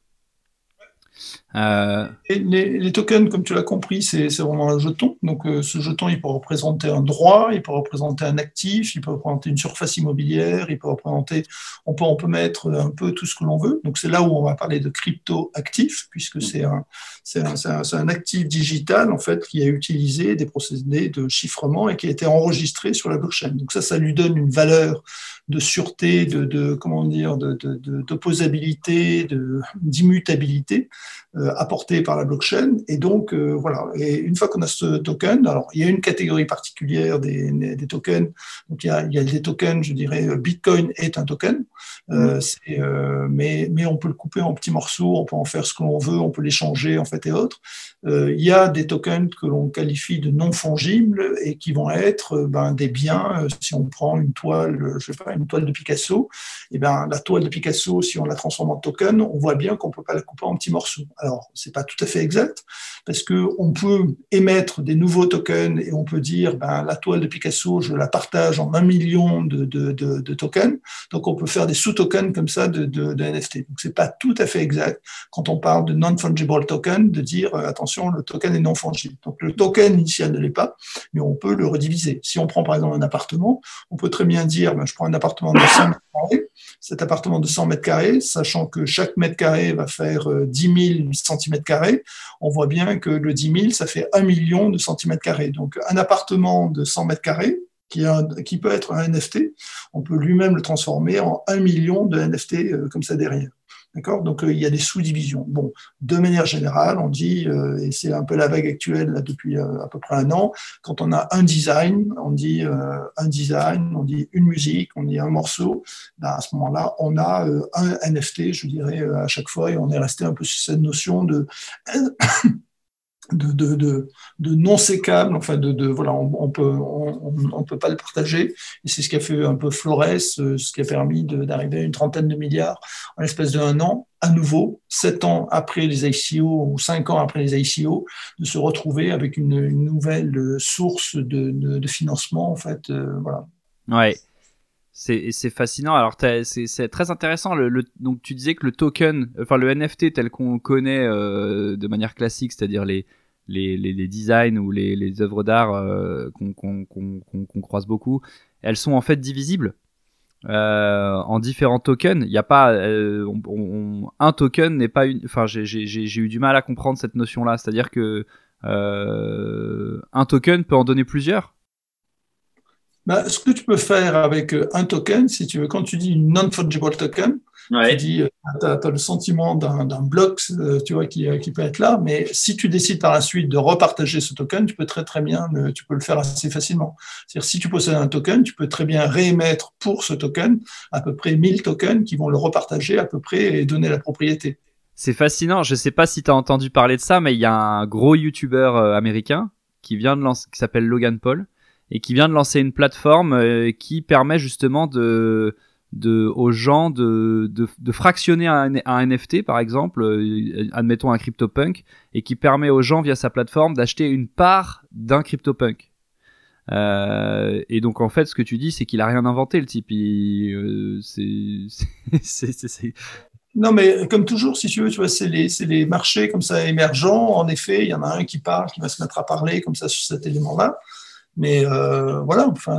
Et les tokens, comme tu l'as compris, c'est vraiment un jeton. Donc, ce jeton, il peut représenter un droit, il peut représenter un actif, il peut représenter une surface immobilière, on peut mettre un peu tout ce que l'on veut. Donc, c'est là où on va parler de crypto-actif, puisque c'est un actif digital, en fait, qui a utilisé des procédés de chiffrement et qui a été enregistré sur la blockchain. Donc, ça lui donne une valeur de sûreté, d'opposabilité, d'immutabilité apporté par la blockchain. Et donc, voilà. Et une fois qu'on a ce token, alors il y a une catégorie particulière des tokens. Donc, il y a des tokens, je dirais, Bitcoin est un token. Mais on peut le couper en petits morceaux, on peut en faire ce que l'on veut, on peut l'échanger, en fait, et autres. Il y a des tokens que l'on qualifie de non fongibles et qui vont être des biens. Si on prend une toile, je sais pas, une toile de Picasso, et la toile de Picasso, si on la transforme en token, on voit bien qu'on peut pas la couper en petits morceaux. Alors, c'est pas tout à fait exact, parce que on peut émettre des nouveaux tokens et on peut dire, la toile de Picasso, je la partage en 1 million de tokens. Donc, on peut faire des sous-tokens comme ça de NFT. Donc, c'est pas tout à fait exact quand on parle de non-fungible token, de dire, attention, le token est non fungible. Donc, le token initial ne l'est pas, mais on peut le rediviser. Si on prend, par exemple, un appartement, on peut très bien dire, je prends un appartement de 100 mètres carrés. Cet appartement de 100 mètres carrés, sachant que chaque mètre carré va faire 10 000 centimètres carrés, on voit bien que le 10 000, ça fait 1 million de centimètres carrés. Donc, un appartement de 100 mètres carrés, qui peut être un NFT, on peut lui-même le transformer en 1 million de NFT comme ça derrière. D'accord? Donc, il y a des sous-divisions. Bon, de manière générale, on dit, et c'est un peu la vague actuelle là, depuis à peu près 1 an, quand on a un design, on dit une musique, on dit un morceau, à ce moment-là, on a un NFT, je dirais, à chaque fois, et on est resté un peu sur cette notion de de non sécable, enfin voilà, on peut pas le partager. Et c'est ce qui a fait un peu Flores, ce qui a permis d'arriver à une trentaine de milliards en l'espace d'un an, à nouveau, 7 ans après les ICO ou 5 ans après les ICO, de se retrouver avec une nouvelle source de financement, en fait, voilà. Ouais. C'est fascinant. Alors c'est très intéressant. Donc tu disais que le token, enfin le NFT tel qu'on le connaît de manière classique, c'est-à-dire les designs ou les œuvres d'art qu'on croise beaucoup, elles sont en fait divisibles en différents tokens. Il n'y a pas un token n'est pas une. Enfin j'ai eu du mal à comprendre cette notion-là. C'est-à-dire que un token peut en donner plusieurs. Bah, ce que tu peux faire avec un token, si tu veux, quand tu dis une non-fungible token, tu dis, tu as le sentiment d'un bloc, tu vois, qui peut être là, mais si tu décides par la suite de repartager ce token, tu peux très bien, tu peux le faire assez facilement. C'est-à-dire, si tu possèdes un token, tu peux très bien réémettre pour ce token à peu près 1000 tokens qui vont le repartager à peu près et donner la propriété. C'est fascinant. Je sais pas si tu as entendu parler de ça, mais il y a un gros YouTuber américain qui vient de lancer, qui s'appelle Logan Paul, et qui vient de lancer une plateforme qui permet justement aux gens de fractionner un NFT par exemple, admettons un CryptoPunk, et qui permet aux gens via sa plateforme d'acheter une part d'un CryptoPunk. Et donc en fait ce que tu dis c'est qu'il a rien inventé le type. C'est... Non, mais comme toujours, si tu veux, tu vois, c'est les marchés comme ça émergents. En effet, il y en a un qui parle, qui va se mettre à parler comme ça sur cet élément-là. Mais voilà, enfin,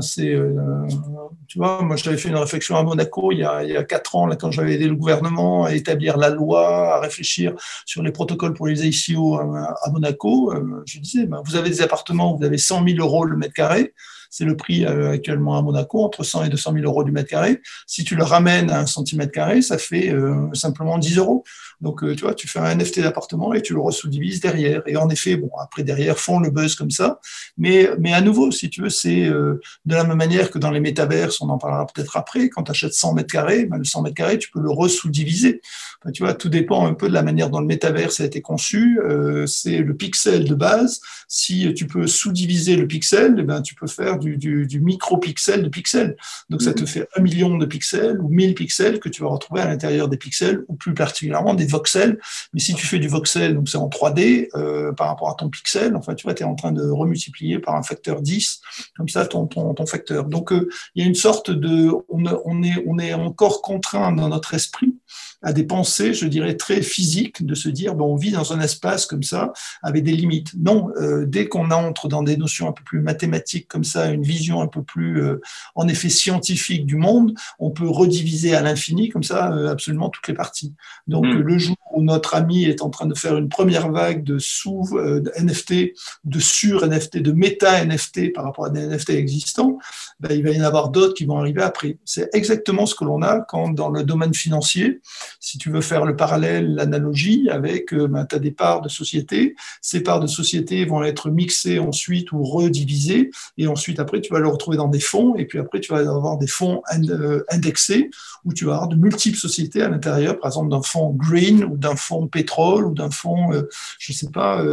tu vois, moi j'avais fait une réflexion à Monaco il y a 4 ans, là, quand j'avais aidé le gouvernement à établir la loi, à réfléchir sur les protocoles pour les ICO à Monaco. Je disais, ben, vous avez des appartements où vous avez 100 000 euros le mètre carré. C'est le prix actuellement à Monaco, entre 100 et 200 000 euros du mètre carré. Si tu le ramènes à 1 centimètre carré, ça fait simplement 10 euros. Donc, tu vois, tu fais un NFT d'appartement et tu le ressous-divises derrière. Et en effet, bon, après, derrière, font le buzz comme ça. Mais à nouveau, si tu veux, c'est de la même manière que dans les métaverses, on en parlera peut-être après, quand tu achètes 100 mètres carrés, ben, le 100 mètres carrés, tu peux le ressous-diviser. Enfin, tu vois, tout dépend un peu de la manière dont le métaverse a été conçu. C'est le pixel de base. Si tu peux sous-diviser le pixel, eh ben, tu peux faire du micro-pixel de pixel. Donc, ça te fait 1 million de pixels ou 1000 pixels que tu vas retrouver à l'intérieur des pixels ou plus particulièrement des voxels. Mais si tu fais du voxel, donc c'est en 3D, par rapport à ton pixel, enfin, tu vois, tu es en train de remultiplier par un facteur 10, comme ça, ton facteur. Donc, il y a une sorte de... On est encore contraint dans notre esprit à des pensées, je dirais, très physiques, de se dire, bon, on vit dans un espace comme ça, avec des limites. Non, dès qu'on entre dans des notions un peu plus mathématiques comme ça, une vision un peu plus, en effet, scientifique du monde, on peut rediviser à l'infini, comme ça, absolument toutes les parties. Donc, le jour où notre ami est en train de faire une première vague de sous-NFT, de sur-NFT, de méta-NFT par rapport à des NFT existants, ben, il va y en avoir d'autres qui vont arriver après. C'est exactement ce que l'on a quand, dans le domaine financier, si tu veux faire le parallèle, l'analogie avec, ben, tu as des parts de société, ces parts de société vont être mixées ensuite ou redivisées, et ensuite après tu vas le retrouver dans des fonds, et puis après tu vas avoir des fonds indexés, où tu vas avoir de multiples sociétés à l'intérieur, par exemple d'un fonds green, ou d'un fonds pétrole, ou d'un fonds, je sais pas,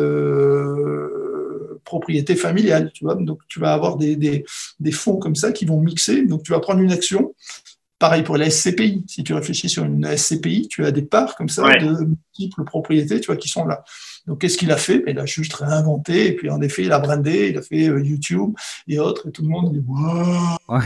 propriété familiale, tu vois. Donc tu vas avoir des fonds comme ça qui vont mixer, donc tu vas prendre une action. Pareil pour la SCPI. Si tu réfléchis sur une SCPI, tu as des parts comme ça de multiples propriétés, tu vois, qui sont là. Donc, qu'est-ce qu'il a fait? Il a juste réinventé, et puis en effet, il a brandé, il a fait YouTube et autres, et tout le monde dit waouh,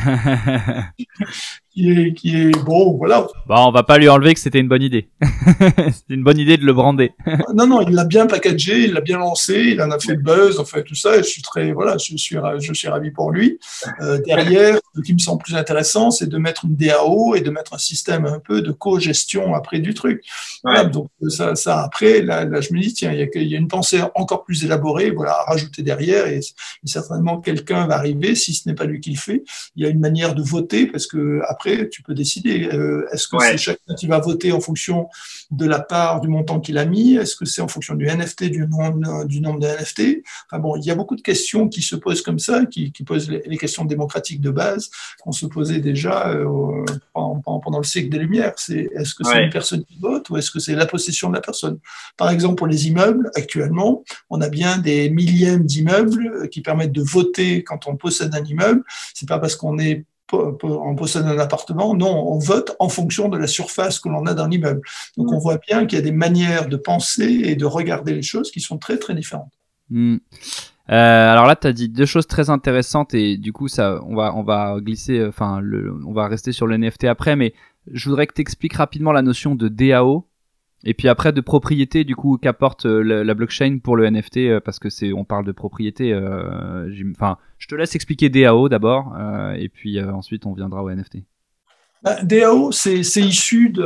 qui est bon, voilà. Bon, on va pas lui enlever que c'était une bonne idée. C'est une bonne idée de le brander. Non, il l'a bien packagé, il l'a bien lancé, il en a fait le buzz, enfin tout ça. Et je suis ravi pour lui. Derrière, ce qui me semble plus intéressant, c'est de mettre une DAO et de mettre un système un peu de co-gestion après du truc. Voilà, donc ça après, là, je me dis tiens, il y a une pensée encore plus élaborée, voilà, à rajouter derrière, et certainement quelqu'un va arriver, si ce n'est pas lui qui le fait. Il y a une manière de voter parce que après après, tu peux décider. Est-ce que Ouais. c'est chacun qui va voter en fonction de la part du montant qu'il a mis? Est-ce que c'est en fonction du NFT, du nombre de NFT? Enfin bon, il y a beaucoup de questions qui se posent comme ça, qui posent les questions démocratiques de base qu'on se posait déjà pendant le siècle des Lumières. Est-ce que c'est une Ouais. personne qui vote ou est-ce que c'est la possession de la personne? Par exemple, pour les immeubles, actuellement, on a bien des millièmes d'immeubles qui permettent de voter quand on possède un immeuble. C'est pas parce qu'on est on possède un appartement, non, on vote en fonction de la surface que l'on a dans l'immeuble. Donc on voit bien qu'il y a des manières de penser et de regarder les choses qui sont très très différentes. Alors là, tu as dit deux choses très intéressantes et du coup, on va glisser, on va rester sur le NFT après, mais je voudrais que tu expliques rapidement la notion de DAO et puis après de propriété, du coup, qu'apporte la blockchain pour le NFT, parce que on parle de propriété. Je te laisse expliquer DAO d'abord, et puis ensuite on viendra au NFT. DAO, c'est issu de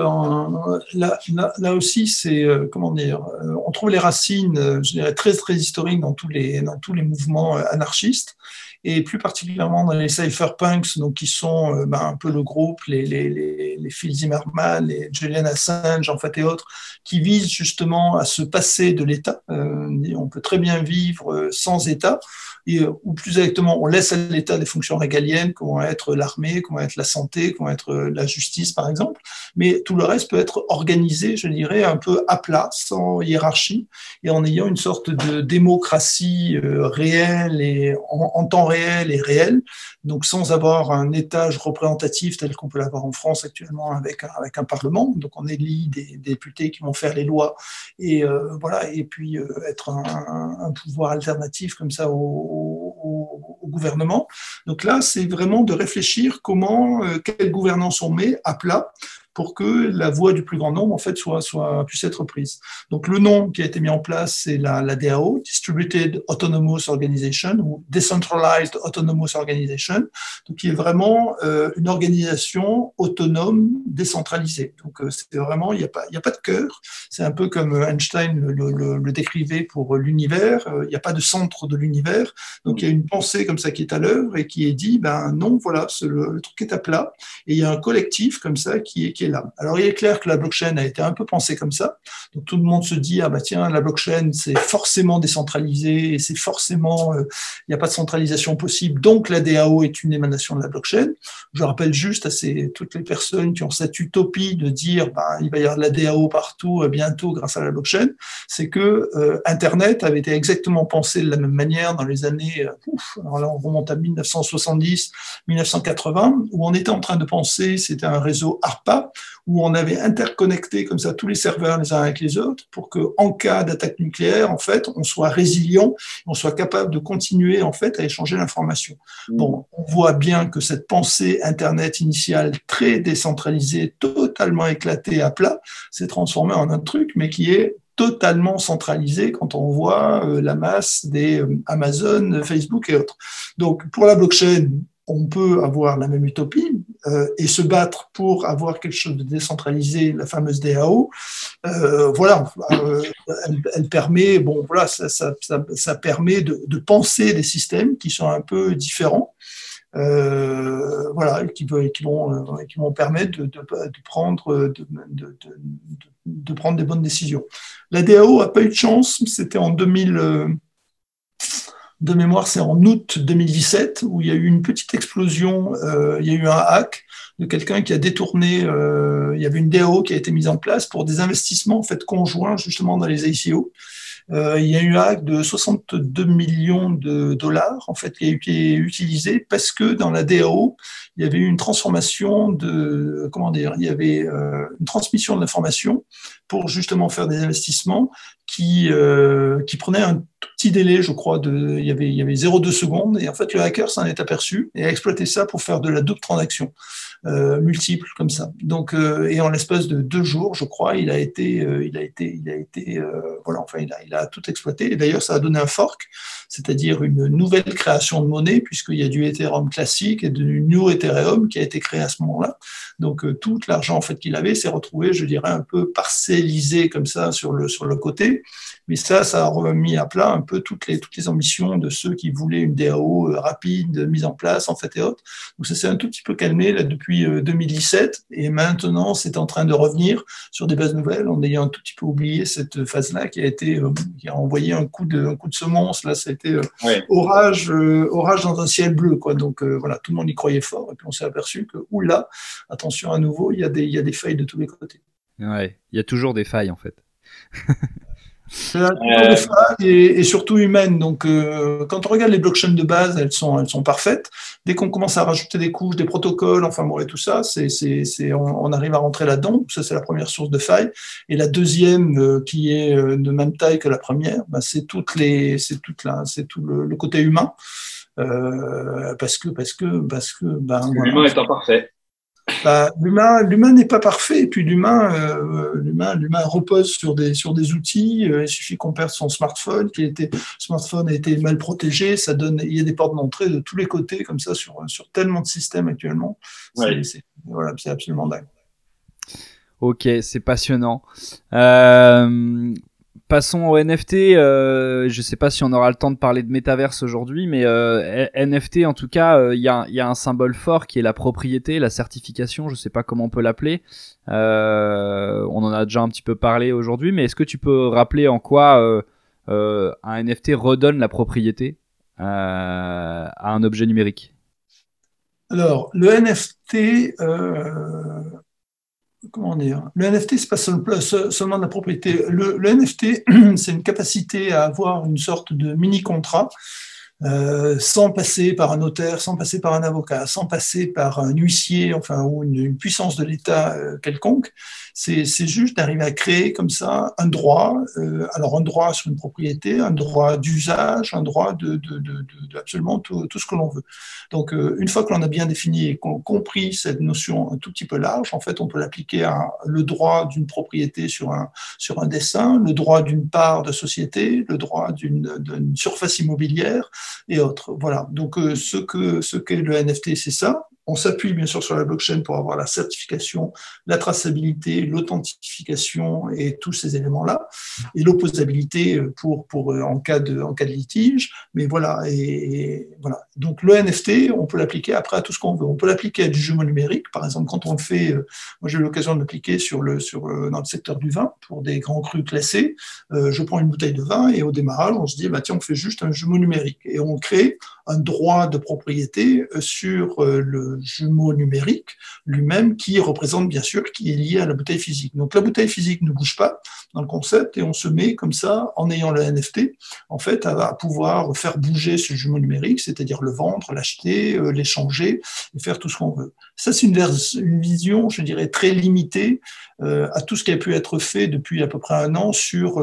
là aussi, c'est comment dire, on trouve les racines, je dirais très très historiques dans tous les mouvements anarchistes et plus particulièrement dans les cypherpunks, donc qui sont un peu le groupe, les Phil Zimmermann, les Julian Assange en fait et autres, qui visent justement à se passer de l'État. On peut très bien vivre sans État. Ou plus exactement, on laisse à l'État des fonctions régaliennes, comme vont être l'armée, comme vont être la santé, comme vont être la justice, par exemple. Mais tout le reste peut être organisé, je dirais, un peu à plat, sans hiérarchie, et en ayant une sorte de démocratie réelle et en temps réel et réel, donc sans avoir un étage représentatif tel qu'on peut l'avoir en France actuellement avec un Parlement. Donc on élit des députés qui vont faire les lois, et voilà, et puis être un pouvoir alternatif comme ça au gouvernement. Donc là, c'est vraiment de réfléchir quelle gouvernance on met à plat pour que la voix du plus grand nombre en fait puisse être prise. Donc le nom qui a été mis en place, c'est la DAO, Distributed Autonomous Organization ou Decentralized Autonomous Organization, donc qui est vraiment une organisation autonome décentralisée. Donc c'est vraiment, il n'y a pas de cœur. C'est un peu comme Einstein le décrivait pour l'univers. Il n'y a pas de centre de l'univers. Donc il y a une pensée comme ça qui est à l'œuvre et qui est dit, ben non, voilà, le truc est à plat. Et il y a un collectif comme ça qui est là. Alors il est clair que la blockchain a été un peu pensée comme ça. Donc tout le monde se dit, ah bah tiens, la blockchain c'est forcément décentralisé et c'est forcément, il n'y a pas de centralisation possible. Donc la DAO est une émanation de la blockchain. Je rappelle juste à toutes les personnes qui ont cette utopie de dire, bah, il va y avoir de la DAO partout bientôt grâce à la blockchain, c'est que Internet avait été exactement pensé de la même manière dans les années, alors là on remonte à 1970, 1980, où on était en train de penser, c'était un réseau ARPA, où on avait interconnecté comme ça tous les serveurs les uns avec les autres pour que, en cas d'attaque nucléaire, en fait, on soit résilient, on soit capable de continuer en fait à échanger l'information. Bon, on voit bien que cette pensée Internet initiale très décentralisée, totalement éclatée à plat, s'est transformée en un truc, mais qui est totalement centralisé quand on voit la masse des Amazon, Facebook et autres. Donc, pour la blockchain, on peut avoir la même utopie et se battre pour avoir quelque chose de décentralisé, la fameuse DAO. Voilà, elle permet, bon, voilà, ça permet de penser des systèmes qui sont un peu différents. Voilà, qui vont permettre de prendre des bonnes décisions. La DAO n'a pas eu de chance, c'était en 2000, de mémoire, c'est en août 2017, où il y a eu une petite explosion, il y a eu un hack de quelqu'un qui a détourné, il y avait une DAO qui a été mise en place pour des investissements en fait, conjoints justement dans les ICO. Il y a eu un hack de 62 millions de dollars en fait, qui a été utilisé parce que dans la DAO, il y avait eu une transformation il y avait une transmission de l'information pour justement faire des investissements qui prenaient un tout petit délai, je crois, il y avait 0,2 secondes, et en fait le hacker s'en est aperçu et a exploité ça pour faire de la double transaction multiple comme ça. Donc et en l'espace de 2 jours, je crois, il a été voilà, enfin il a tout exploité. Et d'ailleurs, ça a donné un fork, c'est-à-dire une nouvelle création de monnaie, puisqu'il y a du Ethereum classique et du New Ethereum qui a été créé à ce moment-là. Donc tout l'argent en fait qu'il avait s'est retrouvé, je dirais, un peu parcellisé comme ça sur le côté. Mais ça a remis à plat un peu toutes les ambitions de ceux qui voulaient une DAO rapide, mise en place, en fait, et autres. Donc, ça s'est un tout petit peu calmé, là, depuis 2017. Et maintenant, c'est en train de revenir sur des bases nouvelles, en ayant un tout petit peu oublié cette phase-là qui a envoyé un coup de semonce. Là, ça a été orage dans un ciel bleu, quoi. Donc, voilà, tout le monde y croyait fort. Et puis, on s'est aperçu que, oula, attention à nouveau, il y a des failles de tous les côtés. Ouais, il y a toujours des failles, en fait. Et surtout humaines. Donc, quand on regarde les blockchains de base, elles sont parfaites. Dès qu'on commence à rajouter des couches, des protocoles, enfin bon, et tout ça, on arrive à rentrer là-dedans. Ça, c'est la première source de faille. Et la deuxième, qui est de même taille que la première, bah, c'est tout le côté humain. Parce que l'humain est imparfait. Bah, l'humain n'est pas parfait, et puis l'humain repose sur des outils. Il suffit qu'on perde son smartphone, smartphone a été mal protégé, il y a des portes d'entrée de tous les côtés comme ça sur tellement de systèmes actuellement. Ouais. C'est absolument dingue. Ok, c'est passionnant. Passons au NFT. Je sais pas si on aura le temps de parler de métaverse aujourd'hui, mais NFT, en tout cas, il y a un symbole fort qui est la propriété, la certification. Je sais pas comment on peut l'appeler. On en a déjà un petit peu parlé aujourd'hui, mais est-ce que tu peux rappeler en quoi un NFT redonne la propriété à un objet numérique? Alors, le NFT. Comment dire ? Le NFT, c'est pas seulement de la propriété. Le NFT, c'est une capacité à avoir une sorte de mini-contrat sans passer par un notaire, sans passer par un avocat, sans passer par un huissier, enfin, ou une puissance de l'État quelconque. C'est juste d'arriver à créer comme ça un droit, alors un droit sur une propriété, un droit d'usage, un droit de absolument tout ce que l'on veut. Donc, une fois que l'on a bien défini et qu'on a compris cette notion un tout petit peu large, en fait, on peut l'appliquer à le droit d'une propriété sur un dessin, le droit d'une part de société, le droit d'une surface immobilière et autres. Voilà. Donc, ce qu'est le NFT, c'est ça. On s'appuie bien sûr sur la blockchain pour avoir la certification, la traçabilité, l'authentification et tous ces éléments-là, et l'opposabilité en cas de litige. Mais voilà, et voilà. Donc le NFT, on peut l'appliquer après à tout ce qu'on veut. On peut l'appliquer à du jumeau numérique, par exemple quand on le fait. Moi j'ai eu l'occasion de l'appliquer dans le secteur du vin pour des grands crus classés. Je prends une bouteille de vin et au démarrage on se dit tiens, on fait juste un jumeau numérique et on crée un droit de propriété sur le jumeau numérique lui-même qui représente bien sûr, qui est lié à la bouteille physique. Donc la bouteille physique ne bouge pas dans le concept et on se met comme ça, en ayant le NFT, en fait, à pouvoir faire bouger ce jumeau numérique, c'est-à-dire le vendre, l'acheter, l'échanger et faire tout ce qu'on veut. Ça, c'est une vision, je dirais, très limitée à tout ce qui a pu être fait depuis à peu près un an sur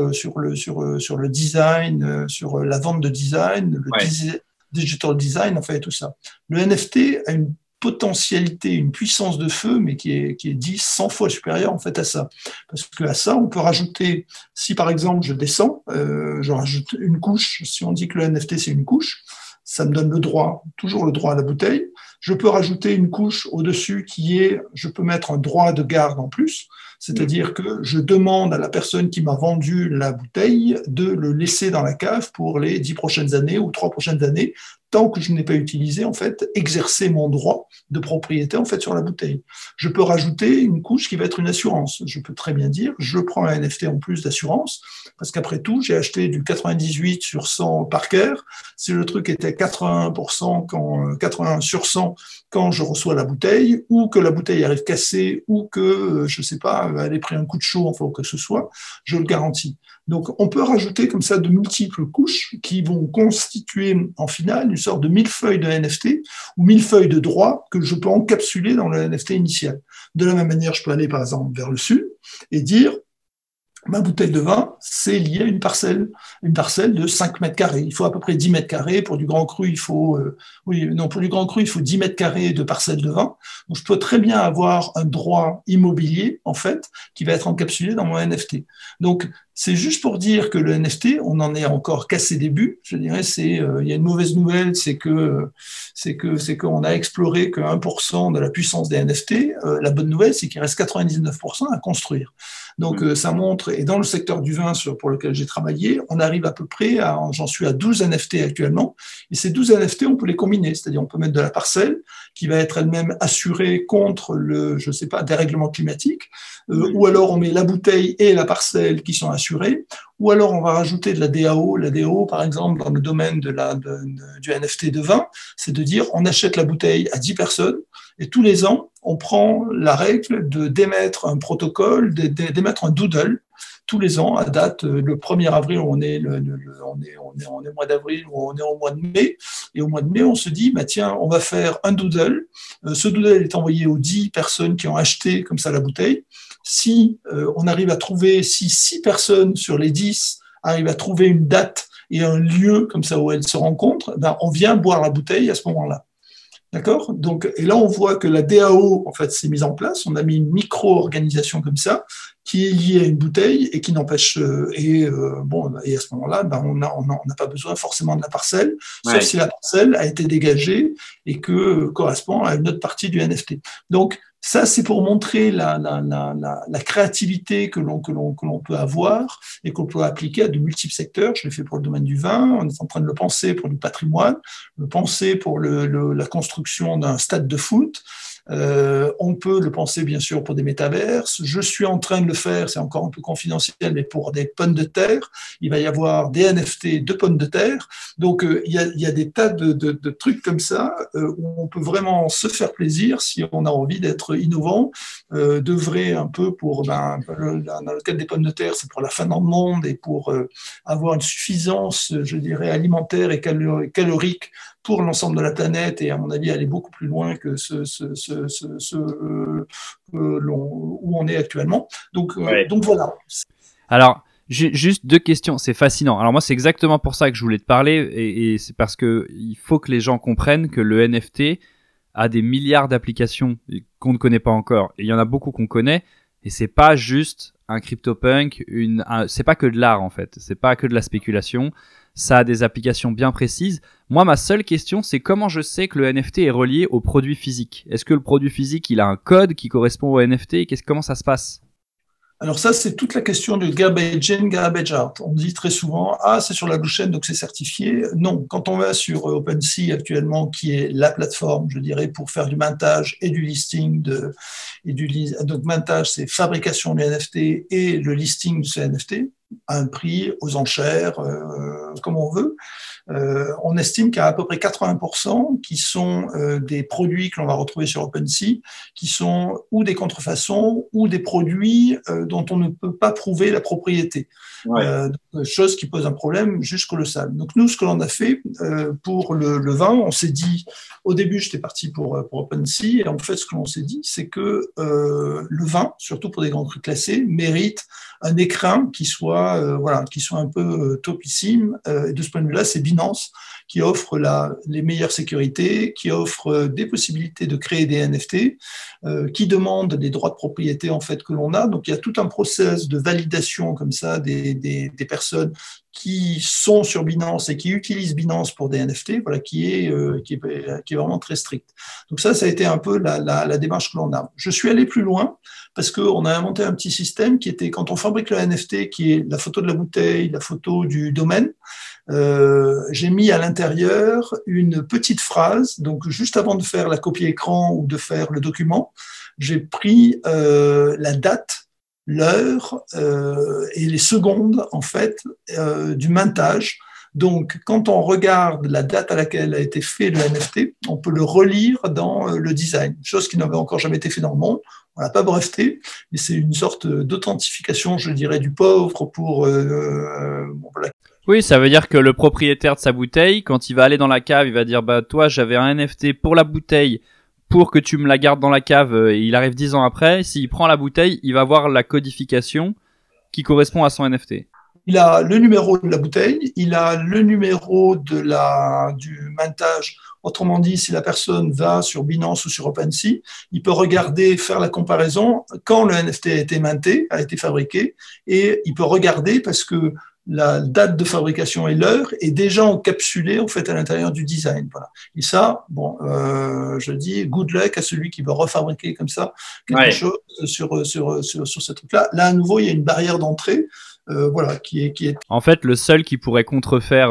le design, sur la vente de design, digital design, en fait, tout ça. Le NFT a une potentialité, une puissance de feu, mais qui est 10, 100 fois supérieure en fait à ça. Parce qu'à ça, on peut rajouter, si par exemple je descends, je rajoute une couche, si on dit que le NFT c'est une couche, ça me donne toujours le droit à la bouteille. Je peux rajouter une couche au-dessus je peux mettre un droit de garde en plus, c'est-à-dire que je demande à la personne qui m'a vendu la bouteille de le laisser dans la cave pour les 10 prochaines années ou 3 prochaines années, tant que je n'ai pas utilisé, en fait, exercer mon droit de propriété, en fait, sur la bouteille. Je peux rajouter une couche qui va être une assurance. Je peux très bien dire, je prends un NFT en plus d'assurance, parce qu'après tout, j'ai acheté du 98 sur 100 Parker. Si le truc était 81% 81 sur 100 quand je reçois la bouteille, ou que la bouteille arrive cassée, ou que, je sais pas, elle ait pris un coup de chaud, enfin, que ce soit, je le garantis. Donc, on peut rajouter comme ça de multiples couches qui vont constituer en finale une sorte de millefeuille de NFT ou millefeuille de droit que je peux encapsuler dans le NFT initial. De la même manière, je peux aller par exemple vers le sud et dire ma bouteille de vin, c'est lié à une parcelle de 5 mètres carrés. Il faut à peu près 10 mètres carrés. Pour du grand cru, il faut 10 mètres carrés de parcelle de vin. Donc, je peux très bien avoir un droit immobilier, en fait, qui va être encapsulé dans mon NFT. Donc, c'est juste pour dire que le NFT, on en est encore qu'à ses débuts. Je dirais, il y a une mauvaise nouvelle, c'est qu'on a exploré que 1% de la puissance des NFT. La bonne nouvelle, c'est qu'il reste 99% à construire. Donc, ça montre, et dans le secteur du vin pour lequel j'ai travaillé, on arrive à peu près j'en suis à 12 NFT actuellement, et ces 12 NFT, on peut les combiner, c'est-à-dire on peut mettre de la parcelle qui va être elle-même assurée contre dérèglement climatique, ou alors on met la bouteille et la parcelle qui sont assurées, ou alors on va rajouter de la DAO. La DAO, par exemple, dans le domaine du NFT de vin, c'est de dire on achète la bouteille à 10 personnes, et tous les ans, on prend la règle d'émettre un protocole, d'émettre un doodle tous les ans, à date, le 1er avril, on est au mois d'avril, ou on est au mois de mai, et au mois de mai, on se dit, tiens, on va faire un doodle. Ce doodle est envoyé aux 10 personnes qui ont acheté comme ça la bouteille. Si on arrive à trouver, si 6 personnes sur les 10 arrivent à trouver une date et un lieu comme ça où elles se rencontrent, on vient boire la bouteille à ce moment-là. D'accord ? Donc, et là, on voit que la DAO, en fait, s'est mise en place. On a mis une micro-organisation comme ça, qui est liée à une bouteille et qui n'empêche. Et à ce moment-là, on n'a pas besoin forcément de la parcelle, sauf si la parcelle a été dégagée et que correspond à une autre partie du NFT. Donc, ça, c'est pour montrer la créativité que l'on peut avoir et qu'on peut appliquer à de multiples secteurs. Je l'ai fait pour le domaine du vin, on est en train de le penser pour le patrimoine, le penser pour la construction d'un stade de foot. On peut le penser bien sûr pour des métaverses. Je suis en train de le faire, c'est encore un peu confidentiel, mais pour des pommes de terre. Il va y avoir des NFT de pommes de terre. Donc il y a des tas de trucs comme ça où on peut vraiment se faire plaisir si on a envie d'être innovant, d'œuvrer un peu pour, dans le cadre des pommes de terre, c'est pour la fin dans le monde et pour avoir une suffisance, je dirais, alimentaire et calorique pour l'ensemble de la planète, et à mon avis, aller beaucoup plus loin que où on est actuellement. Donc voilà. Alors, juste 2 questions, c'est fascinant. Alors moi, c'est exactement pour ça que je voulais te parler, et c'est parce que il faut que les gens comprennent que le NFT a des milliards d'applications qu'on ne connaît pas encore. Et il y en a beaucoup qu'on connaît, et c'est pas juste un CryptoPunk, c'est pas que de l'art en fait, c'est pas que de la spéculation. Ça a des applications bien précises. Moi, ma seule question, c'est comment je sais que le NFT est relié au produit physique. Est-ce que le produit physique, il a un code qui correspond au NFT ? Comment ça se passe ? Alors ça, c'est toute la question du garbage in, garbage out. On dit très souvent, c'est sur la blockchain, donc c'est certifié. Non, quand on va sur OpenSea actuellement, qui est la plateforme, je dirais, pour faire du mintage et du listing. Donc mintage, c'est fabrication du NFT et le listing de ce NFT à un prix, aux enchères, comme on veut. On estime qu'il y a à peu près 80% qui sont des produits que l'on va retrouver sur OpenSea, qui sont ou des contrefaçons ou des produits dont on ne peut pas prouver la propriété. Chose qui pose un problème juste colossal. Donc nous, ce que l'on a fait pour le vin, on s'est dit, au début j'étais parti pour OpenSea, et en fait ce que l'on s'est dit, c'est que le vin, surtout pour des grands crus classés, mérite un écrin qui soit un peu topissime. Et de ce point de vue-là, c'est Binance qui offre les meilleures sécurités, qui offre des possibilités de créer des NFT, qui demande les droits de propriété en fait que l'on a. Donc il y a tout un process de validation comme ça des personnes qui sont sur Binance et qui utilisent Binance pour des NFT, qui est vraiment très strict. Donc ça a été un peu la démarche que l'on a. Je suis allé plus loin parce qu'on a inventé un petit système qui était, quand on fabrique le NFT, qui est la photo de la bouteille, la photo du domaine, j'ai mis à l'intérieur une petite phrase. Donc juste avant de faire la copie écran ou de faire le document, j'ai pris la date, l'heure et les secondes en fait du mintage. Donc, quand on regarde la date à laquelle a été fait le NFT, on peut le relire dans le design, chose qui n'avait encore jamais été fait dans le monde. On l'a pas breveté, mais c'est une sorte d'authentification, je dirais, du pauvre pour voilà. Oui, ça veut dire que le propriétaire de sa bouteille, quand il va aller dans la cave, il va dire toi, j'avais un NFT pour la bouteille, pour que tu me la gardes dans la cave, et il arrive 10 ans après, s'il prend la bouteille, il va voir la codification qui correspond à son NFT. Il a le numéro de la bouteille, il a le numéro du mintage. Autrement dit, si la personne va sur Binance ou sur OpenSea, il peut regarder, faire la comparaison quand le NFT a été minté, a été fabriqué, et il peut regarder parce que la date de fabrication et l'heure est déjà encapsulée en fait à l'intérieur du design. Voilà. Et ça, bon, je dis good luck à celui qui veut refabriquer comme ça quelque chose sur ce truc-là. Là, à nouveau, il y a une barrière d'entrée. Voilà, qui est. En fait, le seul qui pourrait contrefaire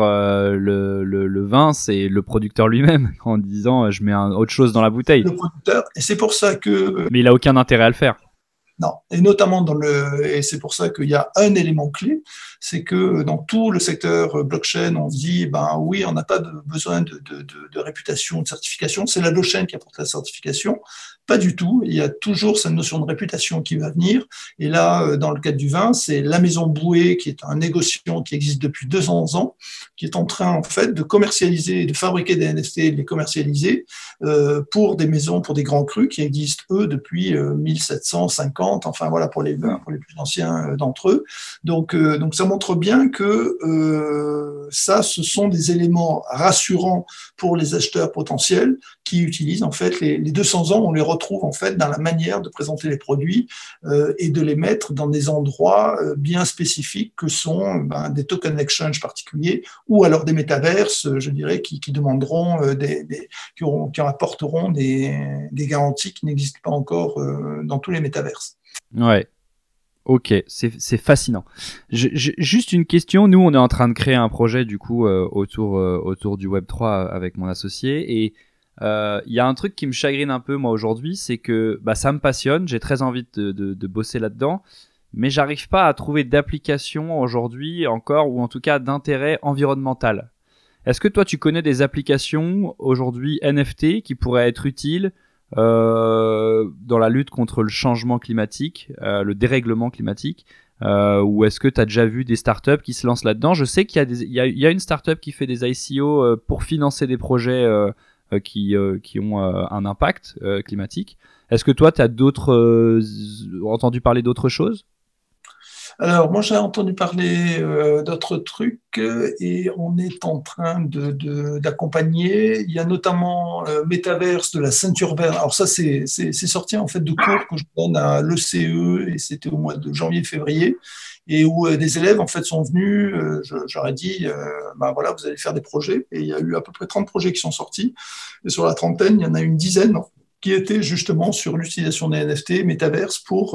le vin, c'est le producteur lui-même, en disant je mets autre chose dans la bouteille. Le producteur, et c'est pour ça que. Mais il a aucun intérêt à le faire. Non, et notamment et c'est pour ça qu'il y a un élément clé, c'est que dans tout le secteur blockchain, on se dit, ben oui, on n'a pas besoin de réputation, de certification, c'est la blockchain qui apporte la certification. Pas du tout, il y a toujours cette notion de réputation qui va venir. Et là, dans le cadre du vin, c'est la Maison Bouët, qui est un négociant qui existe depuis 200 ans, qui est en train, en fait, de commercialiser, de fabriquer des NFT et de les commercialiser pour des maisons, pour des grands crus qui existent, eux, depuis 1750, enfin voilà, pour les plus anciens d'entre eux. Donc ça montre bien que ça, ce sont des éléments rassurants pour les acheteurs potentiels qui utilisent, en fait, les 200 ans, on les retrouve en fait dans la manière de présenter les produits et de les mettre dans des endroits bien spécifiques que sont des token exchange particuliers ou alors des métaverses, je dirais, qui demanderont qui apporteront des garanties qui n'existent pas encore dans tous les métaverses. Ouais. Ok, c'est fascinant. Juste une question, nous on est en train de créer un projet du coup autour du Web3 avec mon associé et il y a un truc qui me chagrine un peu moi aujourd'hui, c'est que ça me passionne, j'ai très envie de bosser là-dedans, mais j'arrive pas à trouver d'application aujourd'hui encore, ou en tout cas d'intérêt environnemental. Est-ce que toi tu connais des applications aujourd'hui NFT qui pourraient être utiles dans la lutte contre le changement climatique, le dérèglement climatique, ou est-ce que tu as déjà vu des startups qui se lancent là-dedans? Je sais qu'il y a une startup qui fait des ICO pour financer des projets qui ont un impact climatique. Est-ce que toi, tu as entendu parler d'autres choses? Alors, moi, j'ai entendu parler d'autres trucs et on est en train d'accompagner. Il y a notamment Metaverse de la ceinture verte. Alors ça, c'est sorti en fait de cours que je donne à l'ECE et c'était au mois de janvier-février et où des élèves en fait sont venus. J'aurais dit, voilà, vous allez faire des projets et il y a eu à peu près 30 projets qui sont sortis et sur la trentaine, il y en a une dizaine qui étaient justement sur l'utilisation des NFT, Metaverse pour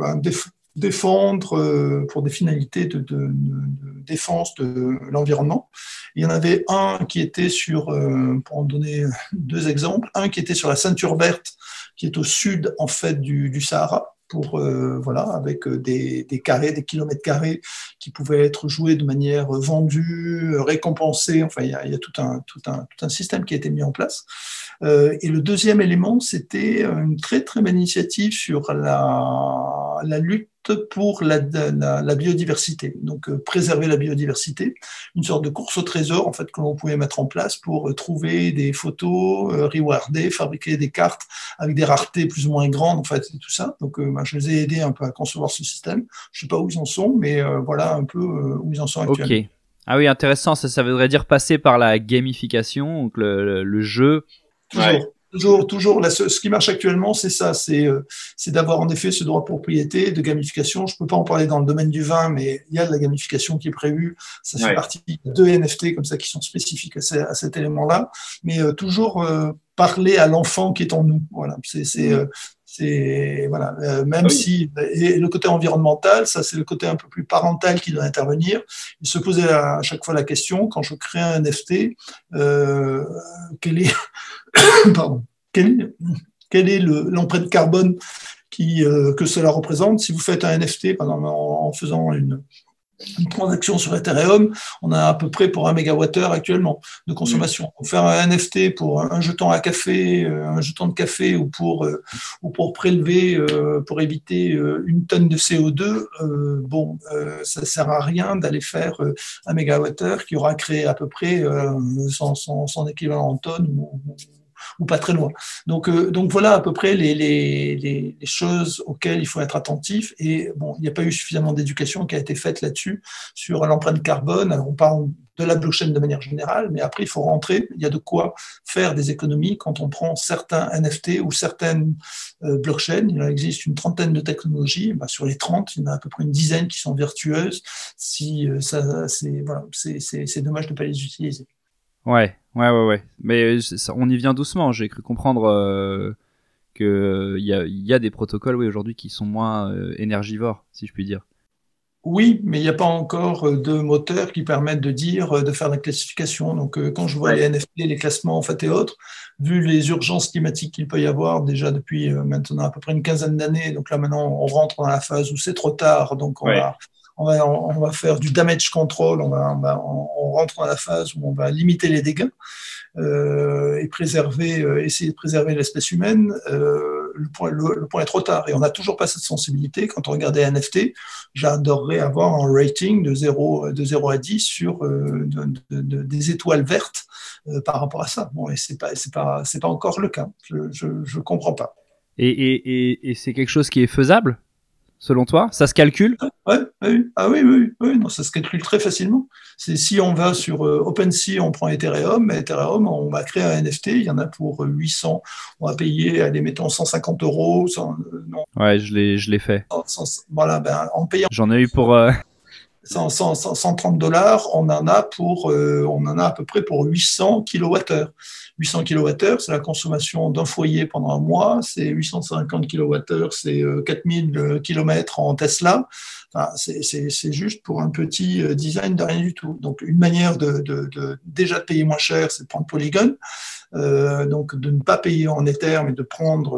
défendre pour des finalités de défense de l'environnement. Il y en avait un qui était sur, pour en donner deux exemples, un qui était sur la ceinture verte, qui est au sud en fait du Sahara, pour avec des carrés, des kilomètres carrés qui pouvaient être joués de manière vendue, récompensée. Enfin, il y a tout un système qui a été mis en place. Et le deuxième élément, c'était une très très belle initiative sur la lutte pour la biodiversité, donc préserver la biodiversité, une sorte de course au trésor en fait que l'on pouvait mettre en place pour trouver des photos, rewarder, fabriquer des cartes avec des raretés plus ou moins grandes en fait et tout ça. Donc je les ai aidés un peu à concevoir ce système. Je sais pas où ils en sont, mais voilà un peu où ils en sont actuellement. Ok. Ah oui, intéressant. Ça voudrait dire passer par la gamification, donc le jeu. Toujours. Là, ce qui marche actuellement, c'est ça, c'est d'avoir en effet ce droit de propriété, de gamification. Je peux pas en parler dans le domaine du vin, mais il y a de la gamification qui est prévue. Ça fait partie de NFT comme ça qui sont spécifiques à cet élément-là. Mais toujours parler à l'enfant qui est en nous. Voilà, même si et le côté environnemental, ça c'est le côté un peu plus parental qui doit intervenir. Il se posait à chaque fois la question quand je crée un NFT, quelle est l'empreinte carbone que cela représente. Si vous faites un NFT, par exemple, en faisant une transaction sur Ethereum, on a à peu près pour 1 mégawattheure actuellement de consommation. Pour faire un NFT pour un jeton à café, un jeton de café ou pour prélever, pour éviter 1 tonne de CO2, ça sert à rien d'aller faire 1 mégawattheure qui aura créé à peu près son équivalent en tonnes ou pas très loin. Donc voilà à peu près les choses auxquelles il faut être attentif. Et bon, il n'y a pas eu suffisamment d'éducation qui a été faite là-dessus sur l'empreinte carbone. Alors on parle de la blockchain de manière générale, mais après, il faut rentrer. Il y a de quoi faire des économies quand on prend certains NFT ou certaines blockchains. Il existe une trentaine de technologies. Sur les 30, il y en a à peu près une dizaine qui sont vertueuses. Si c'est dommage de ne pas les utiliser. Ouais. Mais on y vient doucement. J'ai cru comprendre qu'il y a des protocoles aujourd'hui qui sont moins énergivores, si je puis dire. Oui, mais il n'y a pas encore de moteurs qui permettent de faire la classification. Donc, quand je vois les NFT, les classements en fait et autres, vu les urgences climatiques qu'il peut y avoir déjà depuis maintenant à peu près une quinzaine d'années, donc là maintenant on rentre dans la phase où c'est trop tard, donc on va faire du damage control, on rentre dans la phase où on va limiter les dégâts et essayer de préserver l'espèce humaine. Le point est trop tard et on n'a toujours pas cette sensibilité. Quand on regarde les NFT, j'adorerais avoir un rating de 0 à 10 sur des étoiles vertes par rapport à ça. Bon, et c'est pas encore le cas. Je comprends pas. Et c'est quelque chose qui est faisable, selon toi? Ça se calcule? Oui. Non, ça se calcule très facilement. Si on va sur OpenSea, on prend Ethereum, on va créer un NFT, il y en a pour 800, on va payer, mettons 150 €. Non. Ouais, je l'ai fait. Voilà, en payant. J'en ai eu pour 130 $, on en a à peu près pour 800 kWh. 800 kWh, c'est la consommation d'un foyer pendant un mois. C'est 850 kWh, c'est 4000 km en Tesla. Enfin, c'est juste pour un petit design de rien du tout. Donc, une manière déjà de payer moins cher, c'est de prendre Polygon. Donc, de ne pas payer en Ether, mais de prendre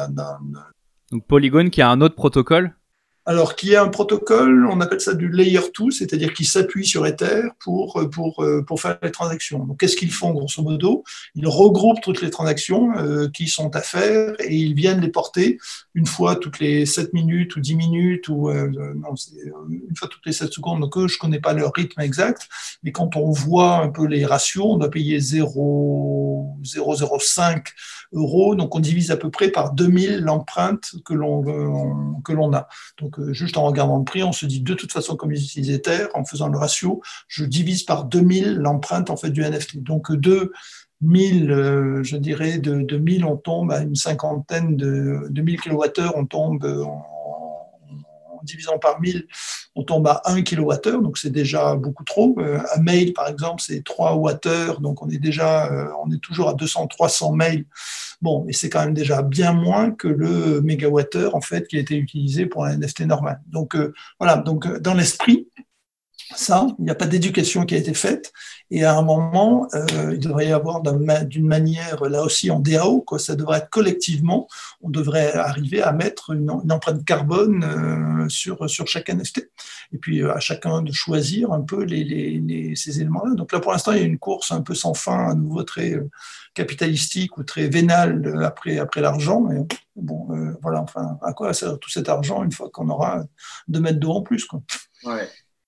Donc, Polygon qui a un autre protocole? Alors, qui est un protocole, on appelle ça du layer 2, c'est-à-dire qu'ils s'appuient sur Ether pour faire les transactions. Donc, qu'est-ce qu'ils font, grosso modo? Ils regroupent toutes les transactions qui sont à faire et ils viennent les porter une fois toutes les 7 minutes ou 10 minutes ou une fois toutes les 7 secondes. Donc, je ne connais pas leur rythme exact, mais quand on voit un peu les ratios, on doit payer 0,005 €. Donc, on divise à peu près par 2000 l'empreinte que l'on a. Donc, juste en regardant le prix, on se dit de toute façon, comme ils utilisent Ether, en faisant le ratio, je divise par 2000 l'empreinte en fait du NFT. Donc, de 1000, je dirais, de 1000, on tombe à une cinquantaine de 1000 kWh, on tombe en divisant par 1000, on tombe à 1 kWh, donc c'est déjà beaucoup trop. Un mail, par exemple, c'est 3 Wh, donc on est toujours à 200-300 mails. Bon, mais c'est quand même déjà bien moins que le mégawattheure en fait qui a été utilisé pour un NFT normal. Donc voilà, donc dans l'esprit, ça, il n'y a pas d'éducation qui a été faite. Et à un moment, il devrait y avoir d'une manière, là aussi en DAO, quoi, ça devrait être collectivement, on devrait arriver à mettre une empreinte carbone sur chaque NFT. Et puis à chacun de choisir un peu ces éléments-là. Donc là, pour l'instant, il y a une course un peu sans fin, à nouveau très capitalistique ou très vénale après l'argent. Mais bon, voilà, enfin, à quoi sert tout cet argent une fois qu'on aura 2 mètres d'eau en plus, quoi. Ouais.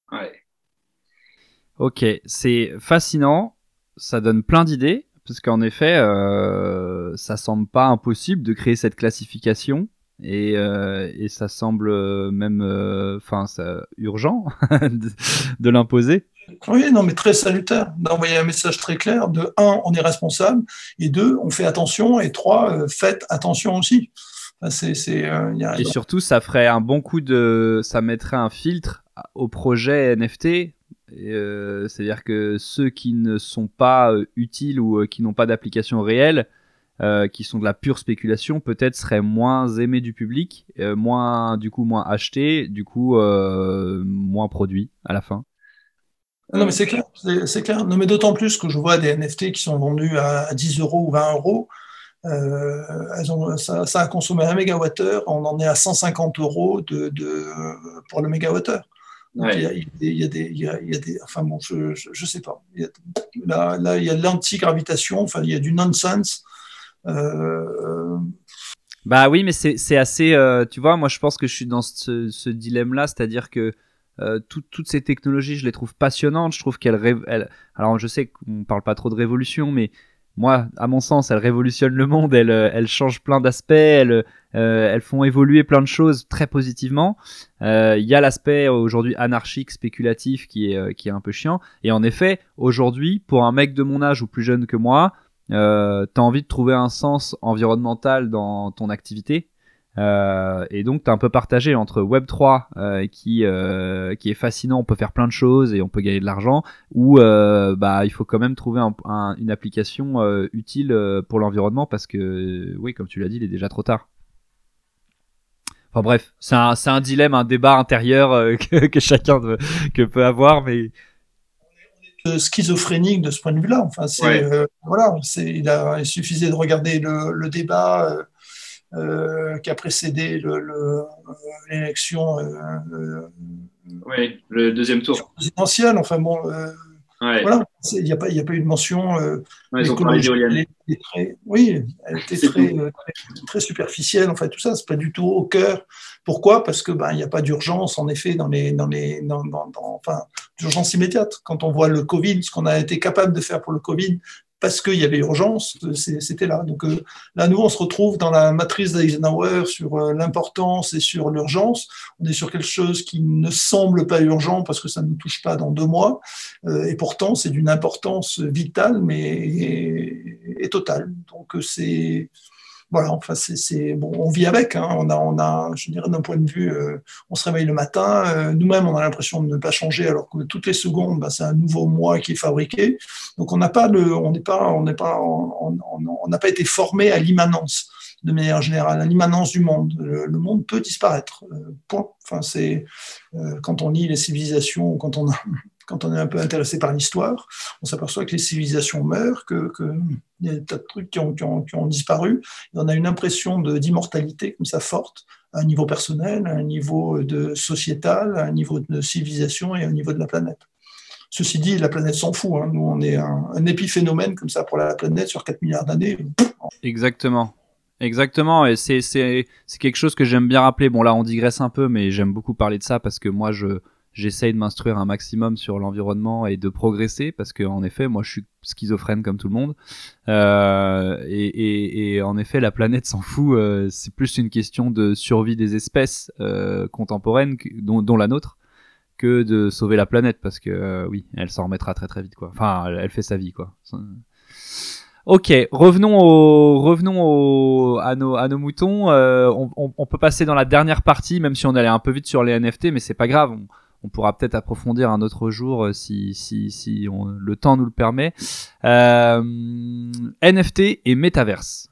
Ok, c'est fascinant, ça donne plein d'idées, parce qu'en effet, ça semble pas impossible de créer cette classification, et ça semble même urgent de l'imposer. Oui, non, mais très salutaire d'envoyer un message très clair de 1, on est responsable, et 2, on fait attention, et 3, faites attention aussi. Enfin, et surtout, ça ferait un bon coup ça mettrait un filtre au projet NFT. C'est-à-dire que ceux qui ne sont pas utiles ou qui n'ont pas d'application réelle, qui sont de la pure spéculation, peut-être seraient moins aimés du public, moins achetés, moins produits à la fin. Non, mais c'est clair, c'est clair. Non, mais d'autant plus que je vois des NFT qui sont vendus à 10 € ou 20 €. Ça a consommé 1 mégawattheure, on en est à 150 € pour le mégawattheure. Ouais. Il y a des, enfin bon, je sais pas. Là, il y a de l'anti-gravitation, enfin, il y a du nonsense. Bah oui, mais c'est assez, tu vois, moi je pense que je suis dans ce dilemme-là, c'est-à-dire que toutes ces technologies, je les trouve passionnantes, je trouve alors je sais qu'on parle pas trop de révolution, mais moi, à mon sens, elles révolutionnent le monde, elles changent plein d'aspects, elles font évoluer plein de choses très positivement. Il y a l'aspect aujourd'hui anarchique, spéculatif qui est un peu chiant. Et en effet, aujourd'hui, pour un mec de mon âge ou plus jeune que moi, t'as envie de trouver un sens environnemental dans ton activité. Et donc t'es un peu partagé entre Web3 qui est fascinant, on peut faire plein de choses et on peut gagner de l'argent, ou il faut quand même trouver une application utile pour l'environnement parce que oui, comme tu l'as dit, il est déjà trop tard. Enfin bref, c'est un dilemme, un débat intérieur que chacun peut avoir, mais schizophrénique de ce point de vue-là. Enfin, il suffisait de regarder le débat qui a précédé l'élection le deuxième tour présidentiel. Enfin bon, voilà, il n'y a pas eu de mention. Ils ont parlé d'éoliennes. Elle était très superficielle. En fait, tout ça, c'est pas du tout au cœur. Pourquoi ? Parce que il n'y a pas d'urgence, en effet, d'urgence immédiate. Quand on voit le Covid, ce qu'on a été capable de faire pour le Covid, parce qu'il y avait urgence, c'était là. Donc là, nous, on se retrouve dans la matrice d'Eisenhower sur l'importance et sur l'urgence. On est sur quelque chose qui ne semble pas urgent parce que ça ne nous touche pas dans 2 mois. Et pourtant, c'est d'une importance vitale, et totale. Donc c'est... Voilà, enfin, bon, on vit avec. Hein. On a, je dirais, d'un point de vue, on se réveille le matin. Nous-mêmes, on a l'impression de ne pas changer, alors que toutes les secondes, c'est un nouveau moi qui est fabriqué. Donc, on n'a pas été formé à l'immanence, de manière générale, à l'immanence du monde. Le monde peut disparaître. Point. Enfin, c'est quand on lit les civilisations, ou quand on est un peu intéressé par l'histoire, on s'aperçoit que les civilisations meurent, il y a des tas de trucs qui ont disparu. Et on a une impression d'immortalité comme ça forte, à un niveau personnel, à un niveau sociétal, à un niveau de civilisation et à un niveau de la planète. Ceci dit, la planète s'en fout. Hein. Nous, on est un épiphénomène comme ça pour la planète sur 4 milliards d'années. Exactement, et c'est quelque chose que j'aime bien rappeler. Bon, là, on digresse un peu, mais j'aime beaucoup parler de ça parce que moi, j'essaye de m'instruire un maximum sur l'environnement et de progresser parce que en effet moi je suis schizophrène comme tout le monde et en effet la planète s'en fout, c'est plus une question de survie des espèces contemporaines dont la nôtre que de sauver la planète parce que oui elle s'en remettra très très vite quoi, enfin elle fait sa vie quoi. Ok, revenons à nos moutons. On peut passer dans la dernière partie même si on allait un peu vite sur les NFT, mais c'est pas grave, on pourra peut-être approfondir un autre jour si le temps nous le permet. NFT et métaverse.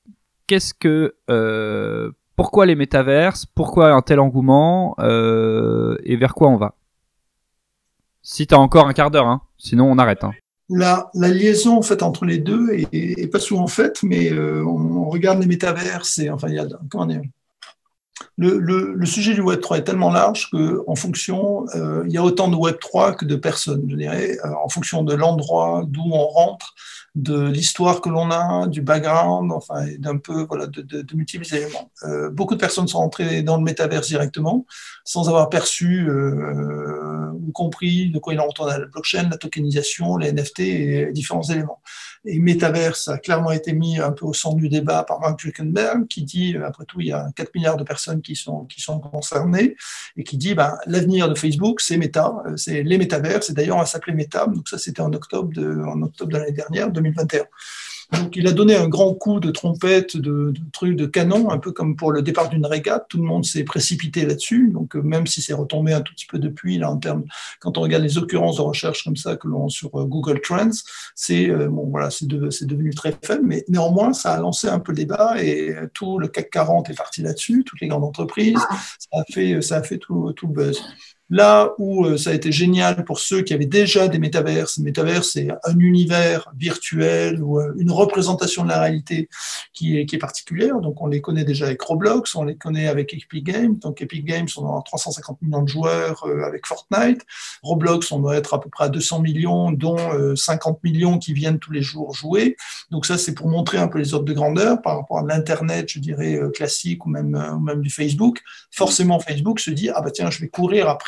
Pourquoi les métaverses ? Pourquoi un tel engouement ? Et vers quoi on va ? Si t'as encore un quart d'heure, hein. Sinon on arrête. Hein. La liaison en fait entre les deux est pas souvent faite, mais on regarde les métaverses et enfin il y a comment dire. Le sujet du Web3 est tellement large qu'en fonction, il y a autant de Web3 que de personnes, je dirais, en fonction de l'endroit d'où on rentre, de l'histoire que l'on a, du background, enfin, d'un peu, voilà, de multiples éléments. Beaucoup de personnes sont entrées dans le métaverse directement, sans avoir perçu ou compris de quoi il en retourne à la blockchain, la tokenisation, les NFT et différents éléments. Et métaverse a clairement été mis un peu au centre du débat par Mark Zuckerberg, qui dit, après tout, il y a 4 milliards de personnes qui sont concernées, et qui dit, l'avenir de Facebook, c'est Meta, c'est les métaverses, et d'ailleurs, on va s'appeler Meta, donc ça, c'était en octobre de l'année dernière, 2021. Donc, il a donné un grand coup de trompette, de truc, de canon, un peu comme pour le départ d'une régate. Tout le monde s'est précipité là-dessus. Donc, même si c'est retombé un tout petit peu depuis, là, en termes, quand on regarde les occurrences de recherche comme ça que l'on sur Google Trends, c'est devenu très faible. Mais néanmoins, ça a lancé un peu le débat et tout le CAC 40 est parti là-dessus, toutes les grandes entreprises. Ça a fait tout le buzz. Là où ça a été génial pour ceux qui avaient déjà des métaverses, le métaverse, c'est un univers virtuel ou une représentation de la réalité qui est particulière. Donc, on les connaît déjà avec Roblox, on les connaît avec Epic Games. Donc, Epic Games, on a 350 millions de joueurs avec Fortnite. Roblox, on doit être à peu près à 200 millions, dont 50 millions qui viennent tous les jours jouer. Donc, ça, c'est pour montrer un peu les ordres de grandeur par rapport à l'Internet, je dirais, classique ou même du Facebook. Forcément, Facebook se dit, tiens, je vais courir après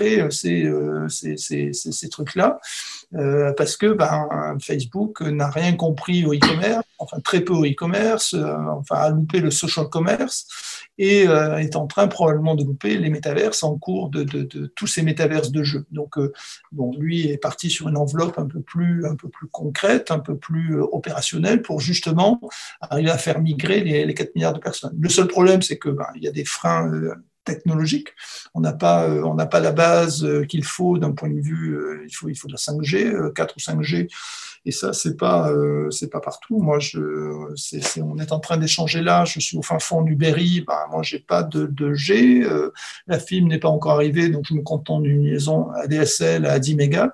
filtrer ces trucs-là. Parce que Facebook n'a rien compris au e-commerce, enfin très peu au e-commerce, a loupé le social commerce et est en train probablement de louper les métaverses en cours de tous ces métaverses de jeux. Donc, lui est parti sur une enveloppe un peu plus concrète, un peu plus opérationnelle pour justement arriver à faire migrer les 4 milliards de personnes. Le seul problème, c'est que il y a des freins technologique. On n'a pas la base qu'il faut d'un point de vue, il faut de la 5G, 4 ou 5G, et ça c'est pas partout. Moi on est en train d'échanger là. Je suis au fin fond du Berry. Moi j'ai pas de G. La fibre n'est pas encore arrivée, donc je me contente d'une liaison ADSL à 10 mégas.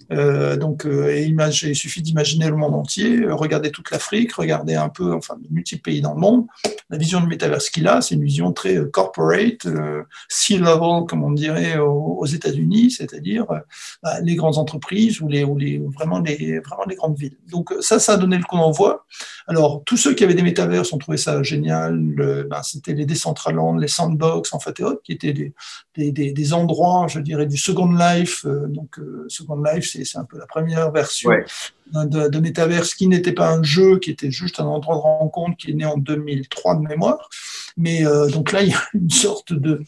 Il suffit d'imaginer le monde entier, regarder toute l'Afrique, regarder un peu, de multiples pays dans le monde. La vision du métaverse qu'il a, c'est une vision très corporate, C-level, comme on dirait aux États-Unis, c'est-à-dire les grandes entreprises ou vraiment les grandes villes. Donc ça a donné le coup d'envoi. Alors tous ceux qui avaient des métaverses ont trouvé ça génial. C'était les Decentraland, les Sandbox en fait et autres, qui étaient des endroits, je dirais, du Second Life. Second Life, c'est un peu la première version de métaverse qui n'était pas un jeu, qui était juste un endroit de rencontre qui est né en 2003 de mémoire. Mais donc là, il y a une sorte de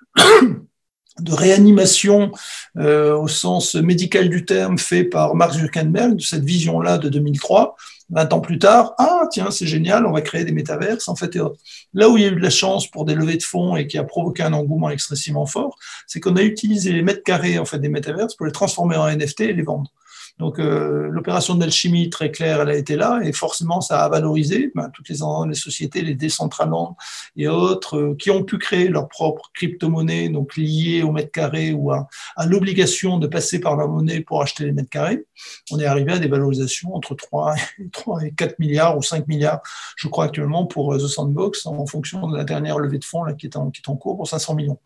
réanimation au sens médical du terme fait par Mark Zuckerberg, de cette vision-là de 2003. 20 ans plus tard, tiens, c'est génial, on va créer des métaverses, en fait, et autres. Là où il y a eu de la chance pour des levées de fonds et qui a provoqué un engouement excessivement fort, c'est qu'on a utilisé les mètres carrés, en fait, des métaverses pour les transformer en NFT et les vendre. Donc, l'opération d'alchimie, très claire, elle a été là, et forcément, ça a valorisé toutes les sociétés, les Decentraland et autres, qui ont pu créer leur propre crypto-monnaie, donc liée au mètre carré ou à l'obligation de passer par la monnaie pour acheter les mètres carrés. On est arrivé à des valorisations entre 3 et 4 milliards ou 5 milliards, je crois, actuellement, pour The Sandbox, en fonction de la dernière levée de fonds là, qui est en cours pour 500 millions.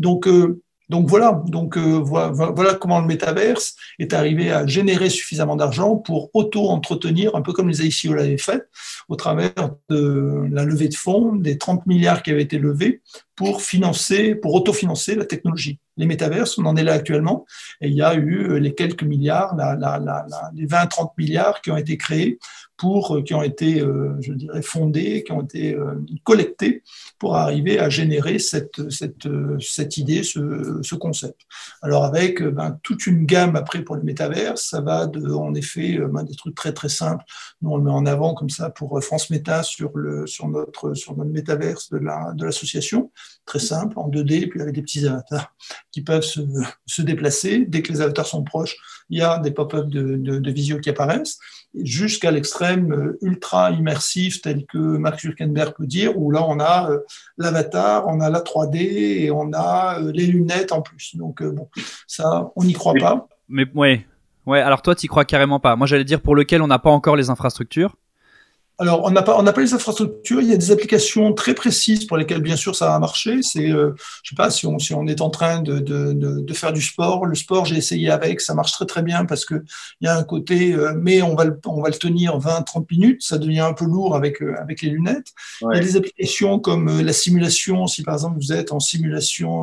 Donc voilà comment le métaverse est arrivé à générer suffisamment d'argent pour auto-entretenir, un peu comme les ICO l'avaient fait, au travers de la levée de fonds, des 30 milliards qui avaient été levés pour autofinancer la technologie. Les métaverses, on en est là actuellement, et il y a eu les quelques milliards, les 20-30 milliards qui ont été créés qui ont été, je dirais, fondés, qui ont été collectés pour arriver à générer cette idée, ce concept. Alors avec toute une gamme après pour le métavers, ça va en effet des trucs très très simples. Nous on le met en avant comme ça pour France Méta sur notre métaverse de l'association, très simple en 2D, puis avec des petits avatars qui peuvent se déplacer. Dès que les avatars sont proches, il y a des pop-up de visio qui apparaissent, jusqu'à l'extrême ultra immersif tel que Mark Zuckerberg peut dire, où là on a l'avatar, on a la 3D et on a les lunettes en plus. Donc ça, on n'y croit pas. Mais ouais. Alors toi, t'y crois carrément pas. Moi, j'allais dire pour lequel on n'a pas encore les infrastructures. Alors, on n'a pas les infrastructures. Il y a des applications très précises pour lesquelles, bien sûr, ça va marcher. C'est, je sais pas, si on est en train de faire du sport. Le sport, j'ai essayé avec, ça marche très très bien parce que il y a un côté, mais on va le tenir 20-30 minutes. Ça devient un peu lourd avec les lunettes. Ouais. Il y a des applications comme la simulation. Si par exemple vous êtes en simulation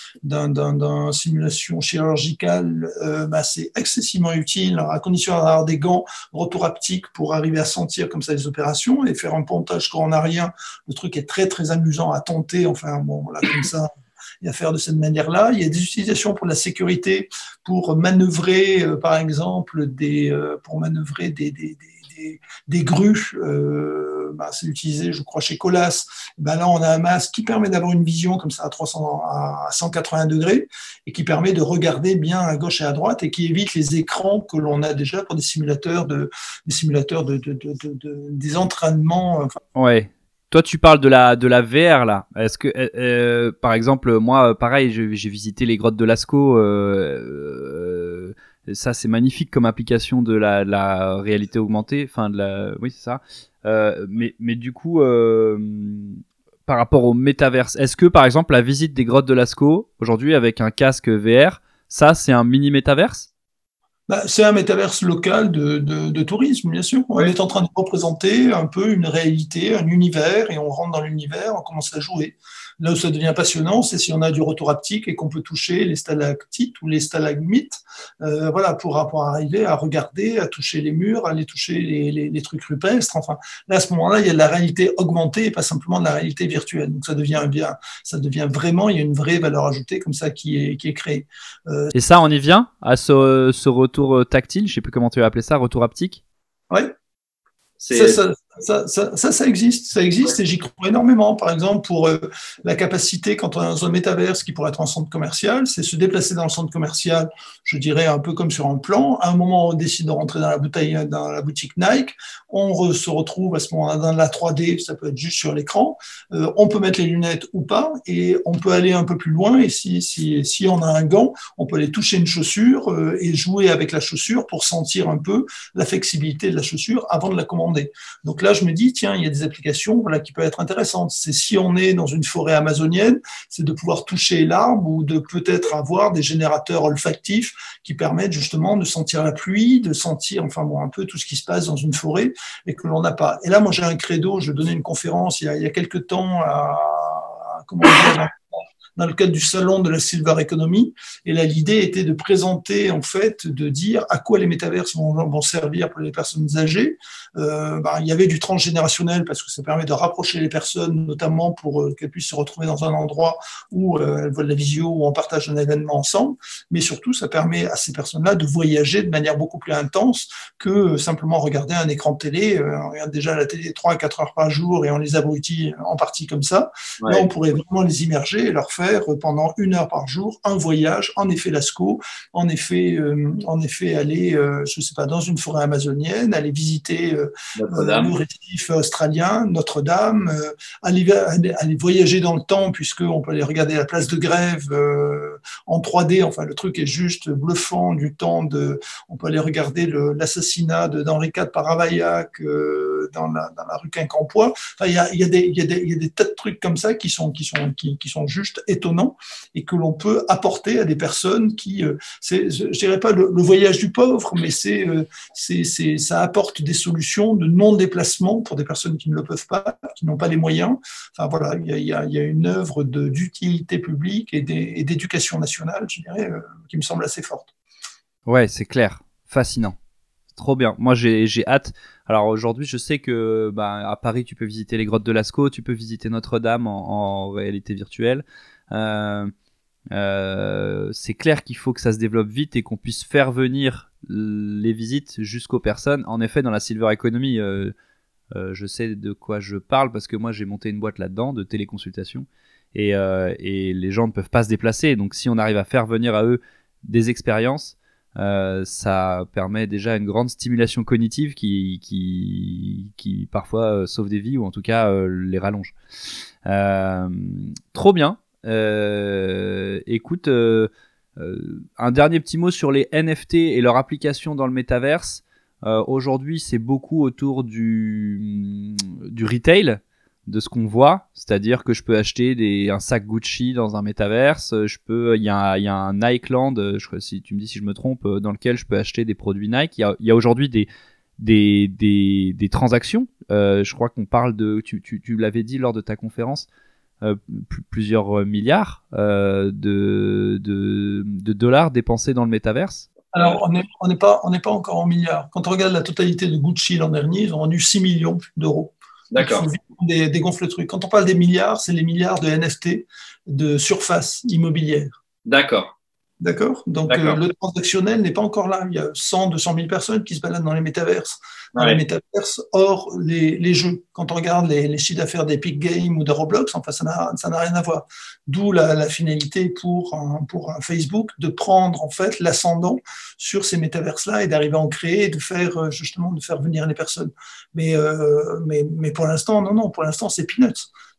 d'un simulation chirurgicale, c'est excessivement utile à condition d'avoir des gants retour haptique pour arriver à sentir comme ça les opérations et faire un pontage coronarien. Le truc est très très amusant à tenter, comme ça, et à faire de cette manière-là. Il y a des utilisations pour la sécurité, pour manœuvrer par exemple des grues. C'est utilisé, je crois, chez Colas. Là, on a un masque qui permet d'avoir une vision comme ça à 180 degrés et qui permet de regarder bien à gauche et à droite et qui évite les écrans que l'on a déjà pour des simulateurs des entraînements. Ouais. Toi, tu parles de la VR là. Est-ce que, par exemple, moi, pareil, j'ai visité les grottes de Lascaux. Ça, c'est magnifique comme application de la réalité augmentée. Oui, c'est ça. Mais du coup, par rapport au métaverse, est-ce que, par exemple, la visite des grottes de Lascaux aujourd'hui avec un casque VR, ça, c'est un mini métaverse? C'est un métaverse local de tourisme, bien sûr. On est en train de représenter un peu une réalité, un univers, et on rentre dans l'univers, on commence à jouer. Là où ça devient passionnant, c'est si on a du retour haptique et qu'on peut toucher les stalactites ou les stalagmites, voilà, pour arriver à regarder, à toucher les murs, à aller toucher les trucs rupestres. Enfin, là, à ce moment-là, il y a de la réalité augmentée et pas simplement de la réalité virtuelle. Donc, ça devient vraiment, il y a une vraie valeur ajoutée comme ça qui est créée. Et ça, on y vient à ce retour tactile, je sais plus comment tu vas appeler ça, retour haptique. Ouais. Ça existe. Ça existe et j'y crois énormément. Par exemple, pour la capacité, quand on est dans un métaverse qui pourrait être un centre commercial, c'est se déplacer dans le centre commercial, je dirais un peu comme sur un plan. À un moment, on décide de rentrer dans la boutique Nike. On se retrouve à ce moment-là dans la 3D, ça peut être juste sur l'écran. On peut mettre les lunettes ou pas et on peut aller un peu plus loin. Et si on a un gant, on peut aller toucher une chaussure et jouer avec la chaussure pour sentir un peu la flexibilité de la chaussure avant de la commander. Donc là, je me dis, tiens, il y a des applications qui peuvent être intéressantes. C'est si on est dans une forêt amazonienne, c'est de pouvoir toucher l'arbre ou de peut-être avoir des générateurs olfactifs qui permettent justement de sentir la pluie, de sentir, un peu tout ce qui se passe dans une forêt et que l'on n'a pas. Et là, moi, j'ai un credo. Je donnais une conférence il y a quelques temps dans le cadre du salon de la Silver Economy. Et là, l'idée était de présenter, en fait, de dire à quoi les métaverses vont servir pour les personnes âgées. Il y avait du transgénérationnel parce que ça permet de rapprocher les personnes, notamment pour qu'elles puissent se retrouver dans un endroit où elles voient de la visio, où on partage un événement ensemble. Mais surtout, ça permet à ces personnes-là de voyager de manière beaucoup plus intense que simplement regarder un écran de télé. On regarde déjà la télé 3 à 4 heures par jour et on les abrutit en partie comme ça. Ouais. Là, on pourrait vraiment les immerger et leur faire pendant 1 heure par jour un voyage, en effet Lascaux, en effet aller, je sais pas, dans une forêt amazonienne, aller visiter le récif australien, Notre-Dame, aller voyager dans le temps puisqu'on peut aller regarder la place de Grève en 3D. Enfin, le truc est juste bluffant du temps on peut aller regarder l'assassinat d'Henri IV par Ravaillac dans la rue Quincampoix. Enfin, il y a des tas de trucs comme ça qui sont juste étonnants et que l'on peut apporter à des personnes qui, je dirais pas le voyage du pauvre, mais ça apporte des solutions de non-déplacement pour des personnes qui ne le peuvent pas, qui n'ont pas les moyens. Enfin voilà, il y a une œuvre d'utilité publique et d'éducation nationale, je dirais, qui me semble assez forte. Ouais, c'est clair, fascinant. Trop bien. Moi, j'ai hâte. Alors aujourd'hui, je sais que à Paris, tu peux visiter les grottes de Lascaux, tu peux visiter Notre-Dame en réalité virtuelle. C'est clair qu'il faut que ça se développe vite et qu'on puisse faire venir les visites jusqu'aux personnes. En effet, dans la Silver Economy, je sais de quoi je parle parce que moi, j'ai monté une boîte là-dedans de téléconsultation et les gens ne peuvent pas se déplacer. Donc, si on arrive à faire venir à eux des expériences, ça permet déjà une grande stimulation cognitive qui parfois sauve des vies ou en tout cas les rallonge. Trop bien. Écoute, un dernier petit mot sur les NFT et leur application dans le métaverse. Aujourd'hui, c'est beaucoup autour du retail, de ce qu'on voit, c'est-à-dire que je peux acheter un sac Gucci dans un métaverse, il y a un Nikeland, si tu me dis si je me trompe, dans lequel je peux acheter des produits Nike. Il y a aujourd'hui des transactions. Je crois qu'on parle tu l'avais dit lors de ta conférence, plusieurs milliards de dollars dépensés dans le métaverse. Alors, on n'est pas encore en milliards. Quand on regarde la totalité de Gucci l'an dernier, ils ont vendu 6 millions d'euros. D'accord. Dégonfle le truc. Quand on parle des milliards, c'est les milliards de NFT de surface immobilière. D'accord. D'accord. Donc, le transactionnel n'est pas encore là. Il y a 200 000 personnes qui se baladent dans les métaverses. Dans les métaverses, hors les jeux. Quand on regarde les chiffres d'affaires d'Epic Games ou de Roblox, enfin, ça n'a rien à voir. D'où la finalité pour un Facebook de prendre, en fait, l'ascendant sur ces métaverses-là et d'arriver à en créer et de faire venir les personnes. Mais pour l'instant, non. Pour l'instant, c'est peanuts.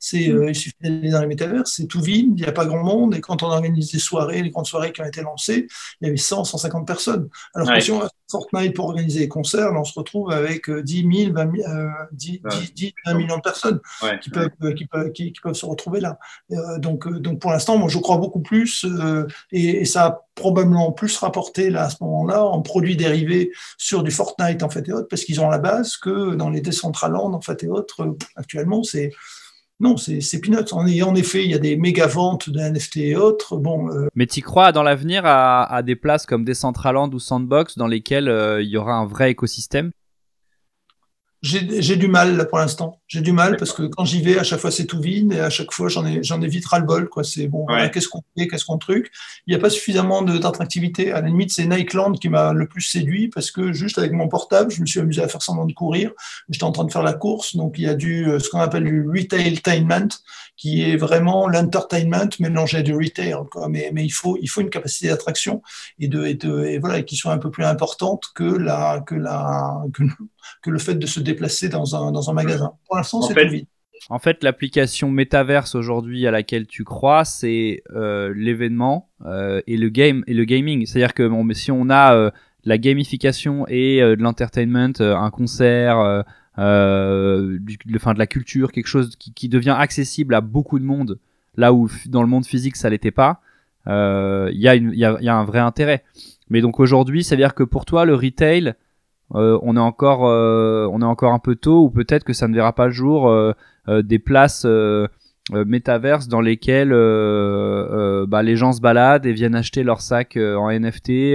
Il suffit d'aller dans les métavers, c'est tout vide, il n'y a pas grand monde. Et quand on organise des soirées, les grandes soirées qui ont été lancées, il y avait 100, 150 personnes. Alors que si on va sur Fortnite pour organiser des concerts, on se retrouve avec 10 000, 20 millions de personnes qui peuvent se retrouver là. Donc pour l'instant, moi, je crois beaucoup plus, et ça a probablement plus rapporté là, à ce moment-là en produits dérivés sur du Fortnite en fait et autres, parce qu'ils ont la base, que dans les Decentraland en fait et autres. Actuellement, c'est peanuts. En effet, il y a des méga ventes de NFT et autres. Mais tu crois dans l'avenir à des places comme Decentraland ou Sandbox dans lesquelles il y aura un vrai écosystème? J'ai du mal là pour l'instant. J'ai du mal parce que quand j'y vais, à chaque fois c'est tout vide et à chaque fois j'en ai vite ras-le-bol, quoi. C'est bon, voilà, qu'est-ce qu'on fait, qu'est-ce qu'on truc. Il n'y a pas suffisamment d'attractivité. À la limite, c'est Nightland qui m'a le plus séduit parce que juste avec mon portable, je me suis amusé à faire semblant de courir. J'étais en train de faire la course, donc il y a ce qu'on appelle du retailtainment, qui est vraiment l'entertainment mélangé à du retail, quoi. Mais il faut une capacité d'attraction et voilà, qui soit un peu plus importante que le fait de se déplacer dans un magasin. Pour l'instant, c'est tout vide. En fait, l'application Metaverse aujourd'hui à laquelle tu crois, c'est l'événement et le gaming. C'est-à-dire que mais si on a la gamification et de l'entertainment, un concert, de la culture, quelque chose qui devient accessible à beaucoup de monde, là où dans le monde physique ça l'était pas, il y a un vrai intérêt. Mais donc aujourd'hui, c'est-à-dire que pour toi, le retail, on est encore un peu tôt, ou peut-être que ça ne verra pas le jour, des places métaverses dans lesquelles les gens se baladent et viennent acheter leur sac en NFT,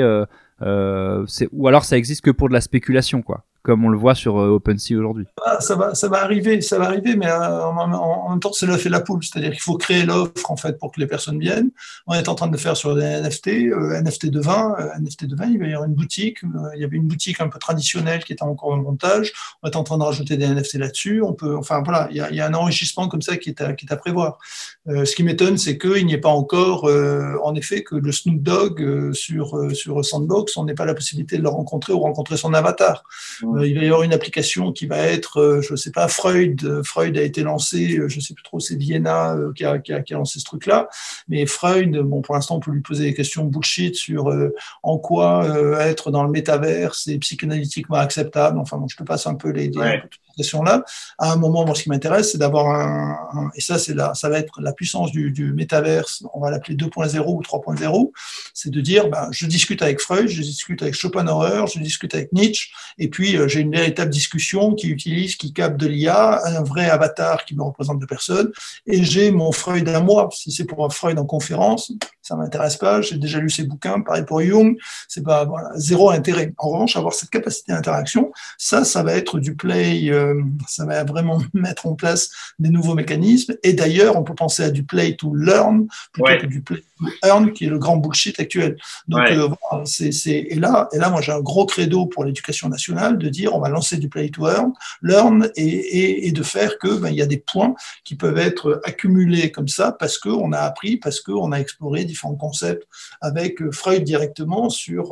ou alors ça existe que pour de la spéculation, quoi, comme on le voit sur OpenSea aujourd'hui. Ça va arriver, mais en même temps, c'est l'œuf et la poule. C'est-à-dire qu'il faut créer l'offre en fait pour que les personnes viennent. On est en train de le faire sur des NFT, NFT de vin. Il va y avoir une boutique. Il y avait une boutique un peu traditionnelle qui était encore en montage. On est en train de rajouter des NFT là-dessus. Voilà, il y a un enrichissement comme ça qui est à prévoir. Ce qui m'étonne, c'est qu'il n'y ait pas encore, en effet, que le Snoop Dogg sur Sandbox, on n'ait pas la possibilité de le rencontrer ou rencontrer son avatar. Il va y avoir une application qui va être, je ne sais pas, Freud. Freud a été lancé, je ne sais plus trop, c'est Vienna qui a lancé ce truc-là. Mais Freud, pour l'instant, on peut lui poser des questions bullshit sur en quoi être dans le métavers, c'est psychanalytiquement acceptable. Enfin, je te passe un peu toutes ces questions-là. À un moment, moi, ce qui m'intéresse, c'est d'avoir et ça, ça va être la puissance du métaverse, on va l'appeler 2.0 ou 3.0, c'est de dire, je discute avec Freud, je discute avec Schopenhauer, je discute avec Nietzsche, et puis j'ai une véritable discussion qui capte de l'IA, un vrai avatar qui me représente de personnes, et j'ai mon Freud à moi. Si c'est pour un Freud en conférence, ça m'intéresse pas, j'ai déjà lu ses bouquins, pareil pour Jung, c'est pas, voilà, zéro intérêt. En revanche, avoir cette capacité d'interaction, ça va être du play, ça va vraiment mettre en place des nouveaux mécanismes, et d'ailleurs, on peut penser à du play to learn plutôt que du play to earn, qui est le grand bullshit actuel. Donc, voilà, et là, moi, j'ai un gros credo pour l'éducation nationale de dire, on va lancer du play to learn et de faire que, il y a des points qui peuvent être accumulés comme ça parce qu'on a appris, parce qu'on a exploré différents concepts avec Freud directement sur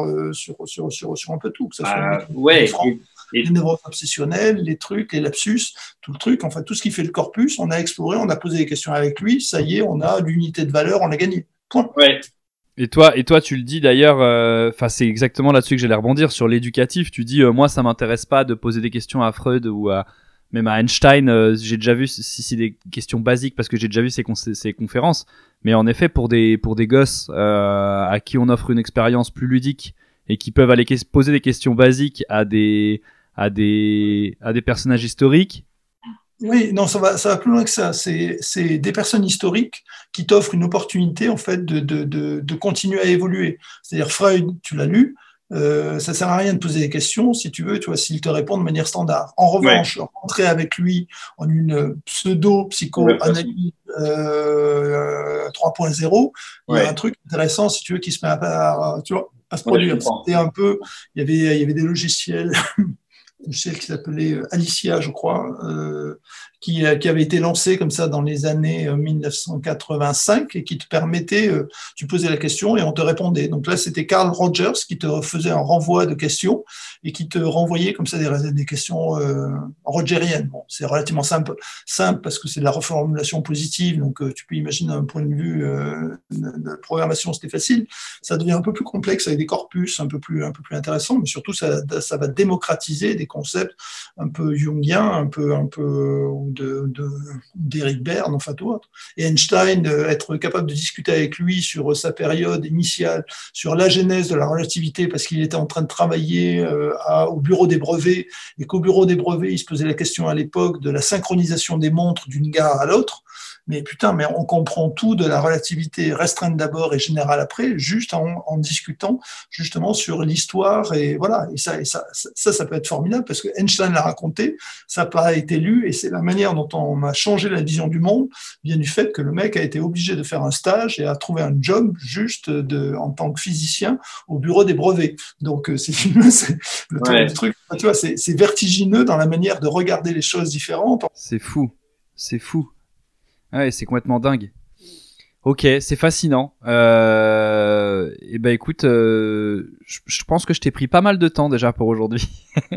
un peu tout, que ce soit les neurones obsessionnels, les trucs, les lapsus, tout le truc, enfin tout ce qui fait le corpus, on a exploré, on a posé des questions avec lui, ça y est, on a l'unité de valeur, on l'a gagné. Point. Ouais. Et toi, tu le dis d'ailleurs, c'est exactement là-dessus que j'allais rebondir sur l'éducatif. Tu dis, moi, ça m'intéresse pas de poser des questions à Freud ou même à Einstein. J'ai déjà vu si c'est des questions basiques parce que j'ai déjà vu ces conférences. Mais en effet, pour des gosses à qui on offre une expérience plus ludique et qui peuvent aller poser des questions basiques à des personnages historiques. Oui, non, ça va plus loin que ça. C'est des personnes historiques qui t'offrent une opportunité en fait de continuer à évoluer. C'est-à-dire Freud, tu l'as lu, ça sert à rien de poser des questions si tu veux, s'il te répond de manière standard. En revanche, rentrer avec lui en une pseudo-psychoanalyse 3.0, il y a un truc intéressant si tu veux qui se met à se produire. C'était un peu, il y avait des logiciels logiciel qui s'appelait Alicia, je crois, qui avait été lancé comme ça dans les années 1985 et qui te permettait, tu posais la question et on te répondait. Donc là, c'était Carl Rogers qui te faisait un renvoi de questions et qui te renvoyait comme ça des questions rogeriennes. Bon, c'est relativement simple parce que c'est de la reformulation positive, donc tu peux imaginer d'un point de vue de programmation, c'était facile. Ça devient un peu plus complexe avec des corpus un peu plus intéressants, mais surtout ça va démocratiser des concepts un peu jungiens, un peu d'Eric Berne, enfin tout autre. Et Einstein, être capable de discuter avec lui sur sa période initiale, sur la genèse de la relativité, parce qu'il était en train de travailler au bureau des brevets, et qu'au bureau des brevets, il se posait la question à l'époque de la synchronisation des montres d'une gare à l'autre. Mais putain, mais on comprend tout de la relativité restreinte d'abord et générale après, juste en discutant justement sur l'histoire et voilà. Et ça peut être formidable parce que Einstein l'a raconté, ça n'a pas été lu et c'est la manière dont on a changé la vision du monde vient du fait que le mec a été obligé de faire un stage et a trouvé un job juste en tant que physicien au bureau des brevets. Donc le truc, tu vois, c'est vertigineux dans la manière de regarder les choses différentes. C'est fou. Ouais, c'est complètement dingue. Ok, c'est fascinant. Et ben écoute, je pense que je t'ai pris pas mal de temps déjà pour aujourd'hui.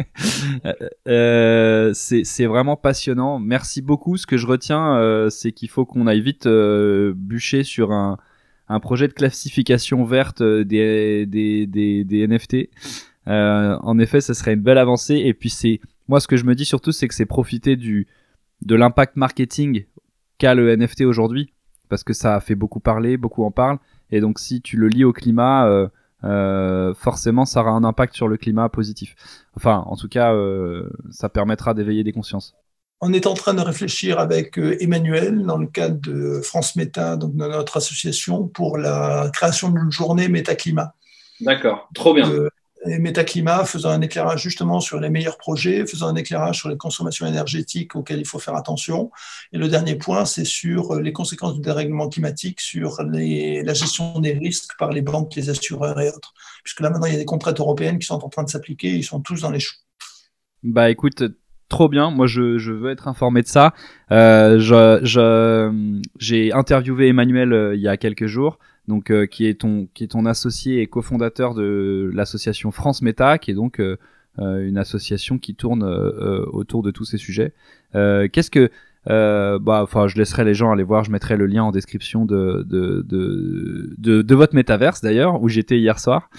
C'est vraiment passionnant. Merci beaucoup. Ce que je retiens, c'est qu'il faut qu'on aille vite bûcher sur un projet de classification verte des NFT. En effet, ça serait une belle avancée. Et puis moi ce que je me dis surtout, c'est que c'est profiter de l'impact marketing qu'a le NFT aujourd'hui, parce que ça a fait beaucoup parler, beaucoup en parlent, et donc si tu le lies au climat, forcément ça aura un impact sur le climat positif. Enfin, en tout cas, ça permettra d'éveiller des consciences. On est en train de réfléchir avec Emmanuel, dans le cadre de France Méta, donc de notre association, pour la création d'une journée métaclimat. D'accord, trop bien. Et Métaclimat, faisant un éclairage justement sur les meilleurs projets, faisant un éclairage sur les consommations énergétiques auxquelles il faut faire attention. Et le dernier point, c'est sur les conséquences du dérèglement climatique, sur la gestion des risques par les banques, les assureurs et autres. Puisque là, maintenant, il y a des contraintes européennes qui sont en train de s'appliquer, ils sont tous dans les choux. Bah écoute, trop bien. Moi, je veux être informé de ça. J'ai interviewé Emmanuel il y a quelques jours. Donc qui est ton associé et cofondateur de l'association France Méta, qui est donc une association qui tourne autour de tous ces sujets. Qu'est-ce que je laisserai les gens aller voir, je mettrai le lien en description de votre métaverse d'ailleurs, où j'étais hier soir.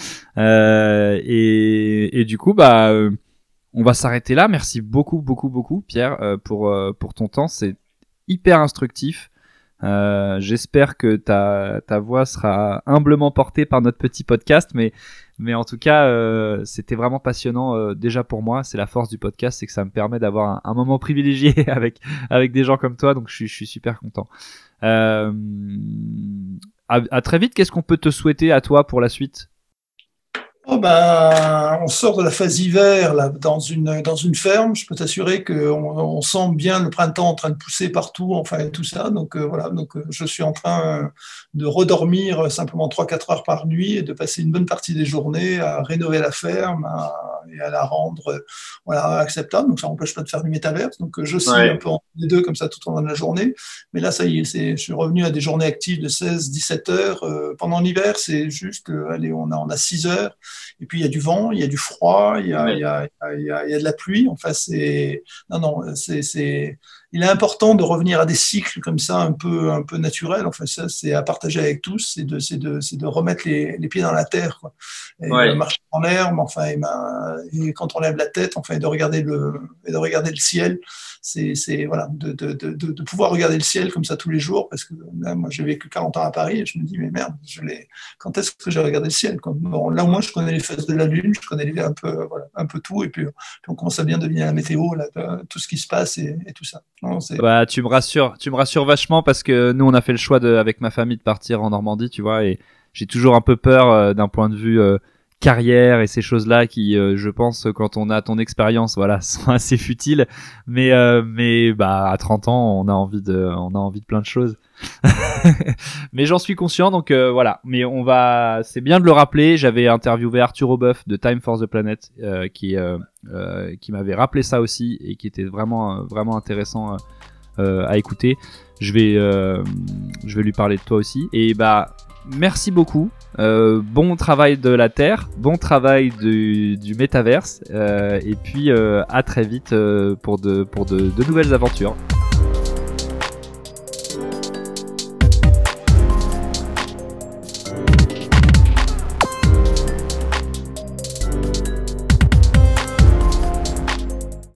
Et du coup on va s'arrêter là. Merci beaucoup Pierre pour ton temps, c'est hyper instructif. J'espère que ta voix sera humblement portée par notre petit podcast, mais en tout cas c'était vraiment passionnant déjà pour moi. C'est la force du podcast, c'est que ça me permet d'avoir un moment privilégié avec des gens comme toi, donc je suis super content. À très vite. Qu'est-ce qu'on peut te souhaiter à toi pour la suite? On sort de la phase hiver là, dans une ferme. Je peux t'assurer qu'on sent bien le printemps en train de pousser partout, enfin et tout ça. Donc voilà. Donc je suis en train de redormir simplement 3-4 heures par nuit et de passer une bonne partie des journées à rénover la ferme et à la rendre acceptable. Donc ça n'empêche pas de faire du métaverse. Donc je suis un peu entre les deux comme ça tout au long de la journée. Mais là ça y est, je suis revenu à des journées actives de 16-17 heures. Pendant l'hiver c'est juste, on a 6 heures. Et puis il y a du vent, il y a du froid, il y a de la pluie. Enfin, il est important de revenir à des cycles comme ça, un peu naturels. Enfin, ça, c'est à partager avec tous, c'est de remettre les pieds dans la terre, quoi. Et de marcher en l'herbe, enfin, et quand on lève la tête, enfin, et de regarder le ciel. C'est voilà, de pouvoir regarder le ciel comme ça tous les jours, parce que là, moi, j'ai vécu 40 ans à Paris et je me dis, mais merde, quand est-ce que j'ai regardé le ciel, quoi. Bon, là, au moins, je connais les phases de la Lune, je connais un peu tout, et puis on commence à bien deviner la météo, là, tout ce qui se passe et tout ça. Non, tu me rassures vachement, parce que nous, on a fait le choix avec ma famille de partir en Normandie, tu vois, et j'ai toujours un peu peur d'un point de vue carrière et ces choses-là qui, je pense, quand on a ton expérience, voilà, sont assez futiles. Mais à 30 ans, on a envie de plein de choses. mais j'en suis conscient, donc voilà. Mais c'est bien de le rappeler. J'avais interviewé Arthur Aubeuf de Time for the Planet, qui m'avait rappelé ça aussi et qui était vraiment intéressant à écouter. Je vais lui parler de toi aussi. Et merci beaucoup. Bon travail de la Terre, bon travail du métaverse, et puis à très vite pour de nouvelles aventures.